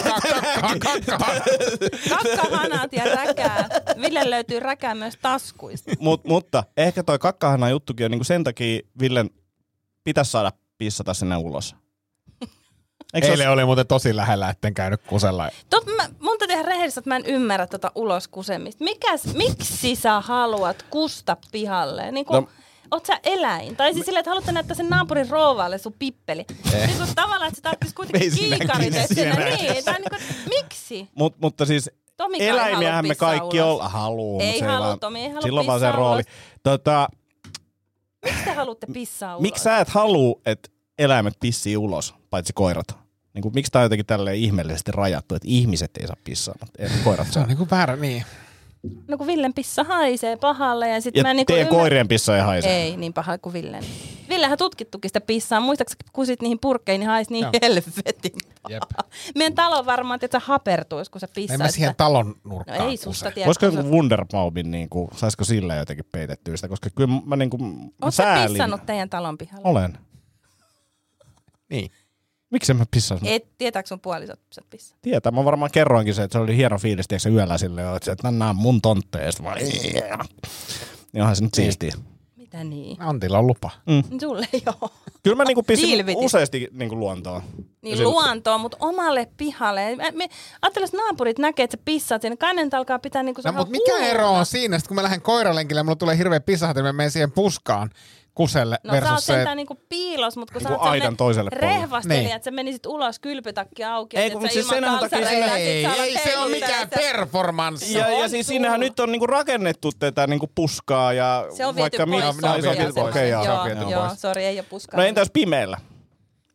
Kakkahanat ja räkää. Ville löytyy räkää myös taskuista. Mut, mutta ehkä toi kakkahana juttukin on niinku sen takia Villen pitäisi saada pissata sinne ulos. Eikö se Eilen oli muuten tosi lähellä, etten käynyt kusella. Tot, mä, mun täytyy ihan rehellisesti, että mä en ymmärrä tota uloskusemista. Mikäs, miksi sä haluat kusta pihalle? Niin kun, No. no. Oot sä eläin? Tai siis silleen, että haluatte näyttää sen naapurin rouvaalle sun pippeli. Eh. Niin kun tavallaan, että sä tarvitsisi kuitenkin Ei siinä kiikarit kiinni sinne. siinä Niin, tai niin kun, miksi? Mut, mutta siis Tomikaan ei eläimiähän halua me pissaa kaikki ulos. olla. Haluu, Ei mut se halua, vaan, Tomi ei halua silloin vaan se pissaa rooli. ulos. Tota, Miksi te haluatte pissaa ulos? miksi sä et halua, että eläimet pissii ulos, paitsi koirat? Niin kuin, miksi tää on jotenkin tälleen ihmeellisesti rajattu, että ihmiset ei saa pissaa, mutta koirat Se saa. on niinku väärä, niin. No kun Villen pissa haisee pahalle ja sit Ja mä niinku teidän ymmärrän- koirien pissa ei haise. Ei niin paha kuin Villen. Villehän tutkittukin sitä pissaa. Muistaakseni kun kusit niihin purkkeihin, niin haisi niin Joo. helvetin Jep. paha. Meidän talo varmaan, että se hapertuisi, kun sä En pissaat mä siihen sitä. talon No nurkkaan ei susta kuse. tiedä. Voisiko kun joku sä- Wunderbaubin, niin kuin, saisiko sillä jotenkin peitettyä sitä? Koska kyllä mä niin kuin, Oot sä säälin. pissannut teidän talon pihalla? Olen. Niin. Miksi en mä pissaisi? Et, tietääkö sun puolisot sä pissaa? Tietää, mä varmaan kerroinkin se, että se oli hieno fiilis, tiedätkö yöllä silleen, että nämä on mun tontteja. Ja sitten mä olin, niin onhan se nyt siistiä. Mitä niin? Antilla on lupa. Sulle joo. Kyllä mä niinku pissin Dilvitit. useasti niinku luontoon. Niin se- luontoon, mutta omalle pihalle. Mä- me- Ajattelin, jos naapurit näkee, että sä pissaat siinä, kai ne nyt alkaa pitää niinku se No, ihan mutta mikä hulluna. ero on siinä, että kun mä lähden koiralenkille ja mulla tulee hirveä pissahat, niin mä menen siihen puskaan kuselle No sä oot versus se, sentään niinku piilos, mutta kun Niinku sä oot aidan sellainen toiselle puolelle. rehvastelija, Niin. että sä menisit ulos kylpytakki auki. Ei, että kun sä siis ilman senhän takia kalsareita, sinne- sit ei, sä alat ei se ole heiluttaa mikään sitä. performanssi. Ja, ja on siis sulla. sinnehän nyt on niinku rakennettu tätä niinku puskaa ja Se on viety vaikka pois. mi- No, se ne on on viety vielä pois. semmoinen. Okei, joo, se on Joo, viety joo, pois. sori, ei ole puskaa. No entä jos pimeällä?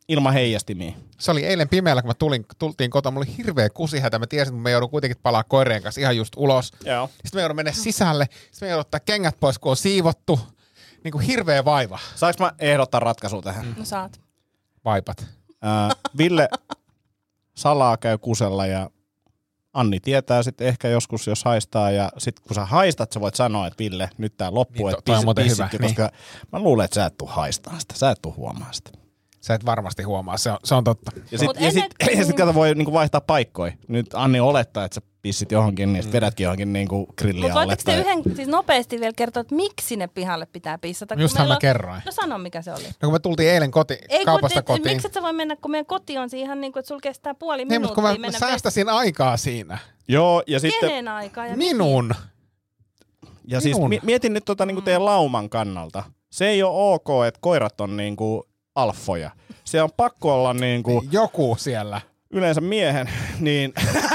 ilman heijastimia. Se oli eilen pimeällä, kun mä tulin, tultiin kotiin, mulla oli hirveä kusihätä. Mä tiesin, että mä joudun kuitenkin palaa koireen kanssa ihan just ulos. Joo. Sitten mä joudun mennä sisälle. Sitten mä joudun ottaa kengät pois, kun on siivottu. Niin kuin hirveä vaiva. Saanko mä ehdottaa ratkaisua tähän? No saat. Vaipat. Ää, Ville salaa käy kusella ja Anni tietää sitten ehkä joskus, jos haistaa. Ja sitten kun sä haistat, sä voit sanoa, että Ville, nyt tää loppuu, Niin, että toi on pissit, muuten pissit, hyvä, koska niin. mä luulen, että sä et tuu haistaa sitä. Sä et tuu huomaa sitä. Sä et varmasti huomaa, se on, se on totta. Ja sit, Mut ja sit, ennen- ja sit kato, voi niinku vaihtaa paikkoja. Nyt Anni olettaa, että sä pissit johonkin, niin sit vedätkin johonkin niinku grilliä Mutta alle. voitteko te yhden, siis nopeasti vielä kertoa, että miksi sinne pihalle pitää pissata? kun Justhan meillä mä on- kerroin. No sano, mikä se oli. No kun me tultiin eilen koti, Ei, kaupasta kun, et, kotiin. miksi et sä voi mennä, kun meidän koti on siihen niin kuin, että sulla kestää puoli Niin, mutta minuuttia kun mä mennä säästäsin aikaa siinä. Joo, ja vessaan. sitten... Kenen aikaa ja Minun. Ja siis Minun. mi- mietin nyt tota niinku teidän lauman kannalta. Se ei ole ok, että koirat on niinku alfoja. Se on pakko olla niinku Joku siellä. yleensä miehen, niin...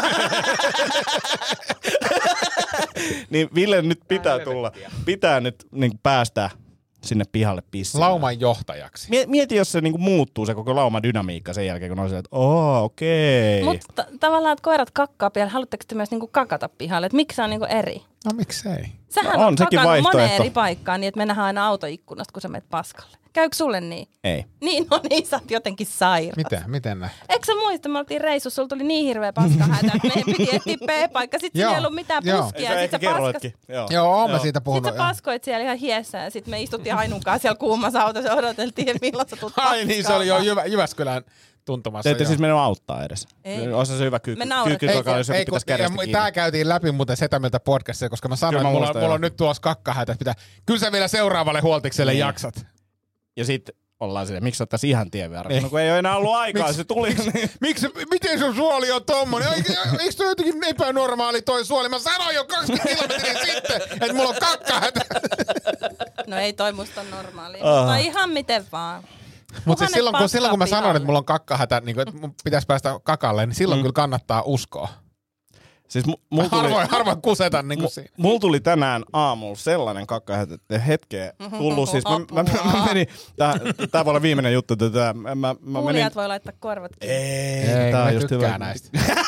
niin Ville nyt pitää tulla. Pitää nyt niinku päästä sinne pihalle pissimään. Lauman johtajaksi. Mie- Mieti, jos se niinku muuttuu se koko lauman dynamiikka sen jälkeen, kun on se, että oo, okei. Mutta t- tavallaan, että koirat kakkaa pihalle, haluatteko te myös niinku kakata pihalle? Että miksi se on niinku eri? No miksei? Sähän No on, on sekin kakannut moneen vaihtoehto. eri paikkaan niin, että me nähdään aina autoikkunasta, kun sä menet paskalle. Käykö sulle niin? Ei. Niin, no niin, sä oot jotenkin sairas. Miten? Miten näin? Eikö sä muista, me oltiin reissussa, sulla tuli niin hirveä paskahätä, että meidän piti etsiä P-paikka. Sitten siinä Joo, ei ollut mitään joo. puskia. Sä ja ehkä sit sä paskas... kerroitkin. Joo, Joo, oon mä siitä Sitten puhunut. sä paskoit siellä ihan hiessä ja sitten me istuttiin Ainunkaan siellä kuumassa autossa ja odoteltiin, että milloin sä tulet Ai niin, se oli jo Jyvä, Jyväskylän tuntumassa. Te ette joo. siis mennyt auttaa edes. Ei. Olisi se hyvä kyky. Me naurettiin. Kyky, joka olisi ei, joku pitäisi kun, kädestä kiinni. tää käytiin läpi muuten Setämiltä podcastia, koska mä sanoin, Kyllä mä että mulla, muistan, mulla joo. on nyt tulossa kakkahätä, että pitää, kyllä sä vielä seuraavalle huoltikselle Niin. jaksat. Ja sitten ollaan silleen, miksi ottaisi ihan tien vieraan? Niin. No kun ei ole enää ollut aikaa, Miks- se tuli. Niin. Miksi, miten sun suoli on tommonen? Eikö, eikö toi jotenkin epänormaali toi suoli? Mä sanoin jo kaksikymmentä kilometriä sitten, että mulla on kakkahätä. No ei toi musta on normaalia, Ah. mutta ihan miten vaan. Mutta siis Kunhan silloin, ne kun, silloin kun mä paskaa sanoin, että pihalle. mulla on kakkahätä, niin kuin, että mun pitäisi päästä kakalle, niin silloin mm. kyllä kannattaa uskoa. Siis mu- mulla tuli, Harvoin, harvoin kuseta niin kuin siinä. mulla tuli tänään aamulla sellainen kakka, että hetkeä tullut. Siis mä, mä, mä, mä menin, tää, tää voi olla viimeinen juttu. Tätä, mä, mä menin, Kuulijat voi laittaa korvat kiinni. ei, Ei, tää mä on just tykkään hyvä. näistä.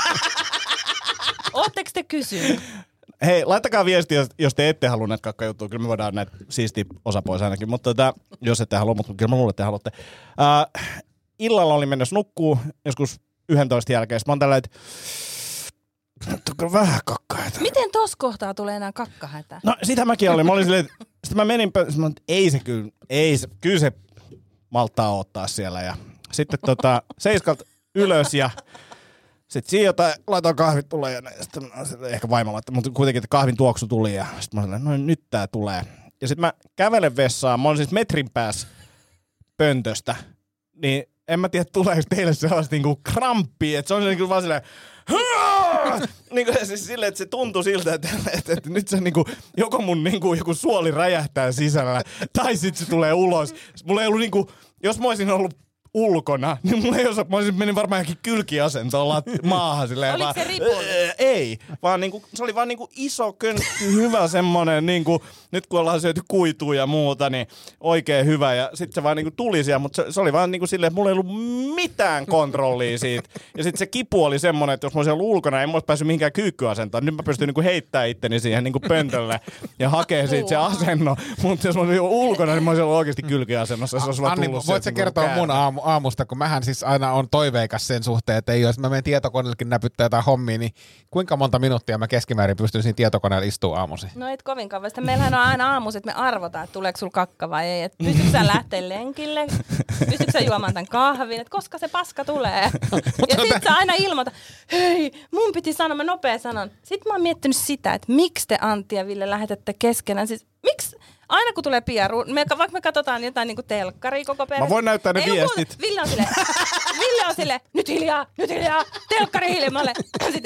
Ootteko te kysynyt? Hei, laittakaa viestiä, jos, jos te ette halua näitä kakkajuttuja. Kyllä me voidaan näitä siistiä osa pois ainakin. Mutta tota, jos ette halua, mutta kyllä mä luulen, että te haluatte. Äh, illalla oli mennessä nukkuu joskus yksitoista jälkeen. Sitten mä oon tällä, että Tuokaa vähän kakkaa. Miten tossa kohtaa tulee enää kakkahätä? No sitä mäkin olin. Mä olin silleen, että sitten mä menin, pö- sit mä, ei se kyllä, ei se, kyllä se malttaa ottaa siellä. Ja sitten tota, seiskalta ylös ja sitten siinä jotain, laitoin kahvit tulee ja sitten ehkä vaimolla, mutta kuitenkin että kahvin tuoksu tuli ja sitten mä olin, no nyt tää tulee. Ja sitten mä kävelen vessaan, mä olin siis metrin päässä pöntöstä, niin en mä tiedä tuleeko teille sellaista niinku kramppia, että se on niinku vaan silleen, niin kuin siis silleen, että se tuntui siltä, että, että, että nyt se niinku, joko mun niinku, joku suoli räjähtää sisällä, tai sitten se tulee ulos. Mulla ei ollut niinku, jos mä olisin ollut ulkona, niin mulla ei osaa, mä olisin mennyt varmaan johonkin kylkiasentoon lat- maahan silleen. Oliko vaan, se ripuli? "Öö, ei, vaan niinku, se oli vaan niinku iso köntty, hyvä semmonen, niinku, nyt kun ollaan syöty kuitua ja muuta, niin oikein hyvä. Ja sitten se vaan niinku tuli siellä, mutta se, se oli vaan niinku silleen, että mulla ei ollut mitään kontrollia siitä. Ja sitten se kipu oli semmonen, että jos mä olisin ollut ulkona, en mä olisi päässyt mihinkään kyykkyasentoon. Nyt mä pystyn niinku heittämään itteni siihen niinku pöntölle ja hakee siitä se asenno. Mutta jos mä olisin ollut ulkona, niin mä olisin ollut oikeasti kylkiasennossa. Se olisi vaan Anni, tullut voit sä sieltä kertoa niinku mun aamu, aamusta, kun mähän siis aina on toiveikas sen suhteen, että ei jos mä menen tietokoneellekin näpyttää jotain hommia, niin kuinka monta minuuttia mä keskimäärin pystyn siinä tietokoneella istua aamusi? No et kovin kauan. Sitten meillähän on aina aamus, että me arvotaan, että tuleeko sulla kakka vai ei. Että pystytkö sä lähteä lenkille, pystytkö sä juomaan tämän kahvin, että koska se paska tulee. Ja sit sä aina ilmoita, hei, mun piti sanoa, mä nopea sanon. Sitten mä oon miettinyt sitä, että miksi te Antti ja Ville lähetätte keskenään. Siis miksi? Aina kun tulee pieru, me, vaikka me katsotaan jotain niinku telkkaria koko perhe. Mä voin näyttää ne Ei, kun viestit. Ville on silleen, Ville on silleen, nyt hiljaa, nyt hiljaa, telkkari hiljemmalle. Sitten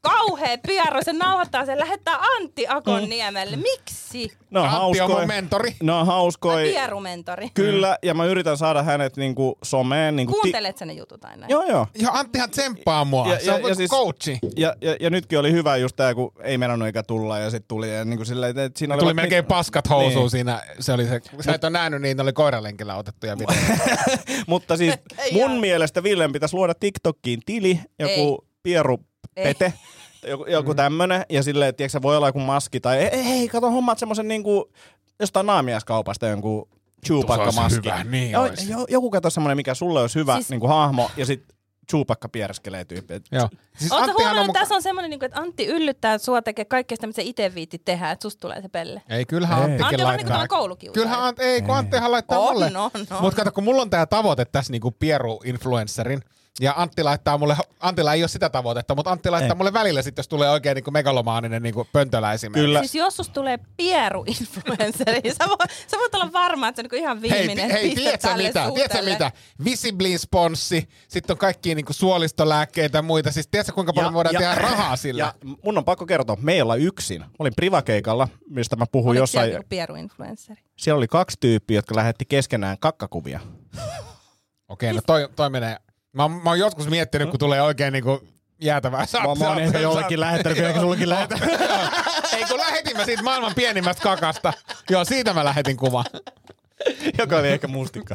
kauhea pieru, se nauhoittaa sen, lähettää Antti Akonniemelle. Miksi? No Antti hauskoi. on mun mentori. No hauskoi. Pierumentori. Kyllä, ja mä yritän saada hänet niinku someen. Niinku Kuuntelet sä ne jutut aina? Joo, joo. Joo, Anttihan tsemppaa mua. Ja- se on ja- ja siis- coachi. Ja, ja, ja nytkin oli hyvä just tää, kun ei menannut eikä tulla, ja sitten tuli, ja niinku silleen, että siinä oli... Tuli vaikka melkein mit- paskat housuun Niin. siinä. Se oli se, sä et ole nähnyt niitä, ne oli koiralenkillä otettuja videoita. Mutta siis Ei mun jaa. mielestä Villen pitäisi luoda TikTokkiin tili, joku Pieru Pete, joku, joku tämmönen, ja silleen, että tiiäksä, se voi olla joku maski, tai ei, ei kato, hommaat semmosen niinku, jostain naamiaiskaupasta jonkun Chewbacca-maski. Hyvä, niin Jo, olisi. jo, joku kato semmonen, mikä sulle olisi hyvä Siis- niinku hahmo, ja sit Chewbacca piereskelee tyyppi. Et- Joo. Siis Oletko Anttihan huomannut, on että muka- tässä on semmoinen, niin että Antti yllyttää että sua tekee kaikkea sitä, mitä sä itse viitit tehdä, että susta tulee se pelle. Ei, kyllähän Ei. Anttikin Antti on vähän niin kuin laittaa. tämä koulukiusaaja. Kyllähän Ant, ei, kun Anttihan laittaa On, mulle. on, on. Mutta kato, kun mulla on tää tavoite tässä niinku pieru-influencerin, ja Antti laittaa mulle, Antilla ei ole sitä tavoitetta, mutta Antti laittaa Ei. mulle välillä sit, jos tulee oikein niinku megalomaaninen niinku pöntöläisimerkki. Kyllä. Siis jos susta tulee pieru-influenceri, sä, voit, sä voit olla varma, että se on niin ihan Hei, viimeinen hei piste tiedätkö tälle mitä? Tiedätkö suhteelle. mitä? Visiblin sponssi, sitten on kaikkia niinku suolistolääkkeitä ja muita. Siis tiedätkö kuinka paljon voidaan tehdä rahaa sillä? Ja mun on pakko kertoa, me ei olla yksin. Mä olin privakeikalla, mistä mä puhuin Oliko jossain. siellä niinku pieru-influenssari? Siellä oli kaksi tyyppiä, jotka lähetti keskenään kakkakuvia. Okei, no toi, toi menee. Mä, oon- mä oon joskus miettinyt, kun tulee oikein niinku jäätävää. Saat, Mä, mä oon ehkä jollekin lähettänyt, kyllä ehkä sullekin lähettänyt. Ei kun lähetin mä siitä maailman pienimmästä kakasta. Joo, siitä mä lähetin kuvan. Joka oli ehkä mustikka.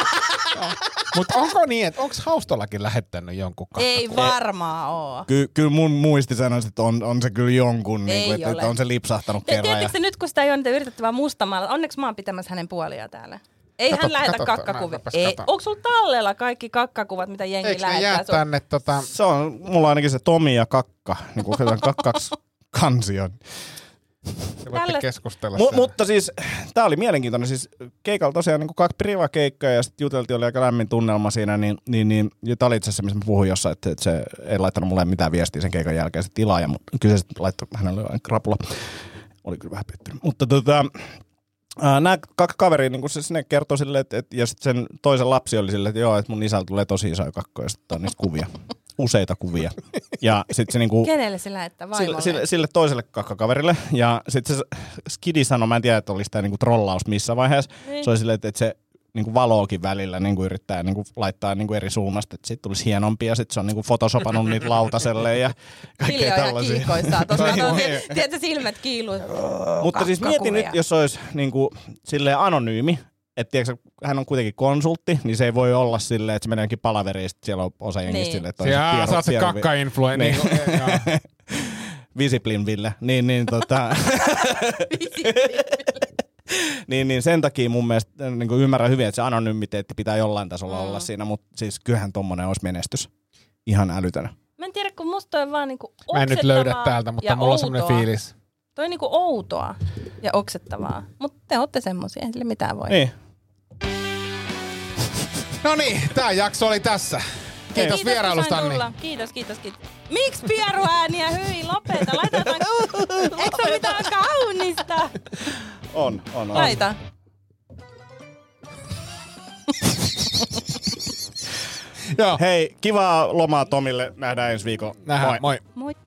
Mutta onko niin, että onko Haustollakin lähettänyt jonkun kakka? Ei varmaan oo. Ky- kyllä mun muisti sanoisi, että on, on se kyllä jonkun, Ei niin kuin, että, ole. että on se lipsahtanut Te, kerran. Ja... tiedättekö nyt, kun sitä ei ole niitä yritettävää mustamalla, onneksi mä oon pitämässä hänen puoliaan täällä. Ei Kato, hän lähetä kato, kakkakuvia. mäpäs Ei. katon. Onko sulla tallella kaikki kakkakuvat, mitä jengi Eikö ne lähettää? jää Se on- tänne tota... Se on, mulla ainakin se Tomi ja Kakka, niin kuin kak- kaksi kansion. Te voitte Tällä- keskustella Mu- sen. mutta siis, tää oli mielenkiintoinen, siis keikalla tosiaan niin kuin kaksi privakeikkaa ja sitten juteltiin, oli aika lämmin tunnelma siinä, niin, niin, niin ja tää oli itse asiassa, missä mä puhuin jossain, että, että se ei laittanut mulle mitään viestiä sen keikan jälkeen se tilaaja, mutta kyllä se sitten laittoi hänelle krapula. Oli kyllä vähän pettynyt. Mutta tota, nämä kaksi kaveria, niin kun se sinne kertoi silleen, että, että ja sitten sen toisen lapsi oli silleen, että joo, että mun isällä tulee tosi isoja kakkoja, ja sitten on niistä kuvia. Useita kuvia. Ja sitten se niinku... Kenelle se lähettää? Sille, Vaimolle? sille, sille toiselle kakkakaverille. Ja sitten se Skidi sanoi, mä en tiedä, että oli sitä niinku trollaus missä vaiheessa. Niin. Se oli silleen, että, että se niinku valookin välillä niinku yrittää niinku laittaa niinku eri suunnasta, että siitä tulisi hienompi. Ja sitten se on niinku fotosopannut niitä lautaselle ja kaikkea Hilja on ihan tällaisia. kiikoissaan. Tuossa Niin. on, tiedätkö, silmät kiiluu. Mutta siis mietin nyt, jos olisi niinku silleen anonyymi, että tiedätkö, hän on kuitenkin konsultti, niin se ei voi olla silleen, että se menee jonkin palaveriin, ja sitten siellä on osa jengistä Niin. silleen, että on Jaa, pieru- sä oot se pieru- kakka-influen. Niin. Niin. Joo. Visiblin Ville. Niin, niin, tota, niin, niin sen takia mun mielestä niin kuin ymmärrän hyvin, että se anonymiteetti pitää jollain tasolla Mm. olla siinä, mutta siis kyllähän tommonen olisi menestys. Ihan älytön. Mä en tiedä, kun musta toi on vaan niinku Mä en nyt löydä oksettavaa täältä, mutta ja mulla on semmoinen outoa. fiilis. Toi on niinku outoa ja oksettavaa. Mutta te ootte semmosia, ei sille mitään voi. Niin. No niin, tää jakso oli tässä. Kiitos kun vierailusta, sain Anni. tulla. Kiitos, kiitos, kiitos. Miksi pieruääniä? Hyi, lopeta. Laita jotain. Eikö se ole mitään kaunista? On, on, on. Laita. Joo, Hei, kivaa lomaa Tomille. Nähdään ensi viikolla. nähdään. Moi. Moi.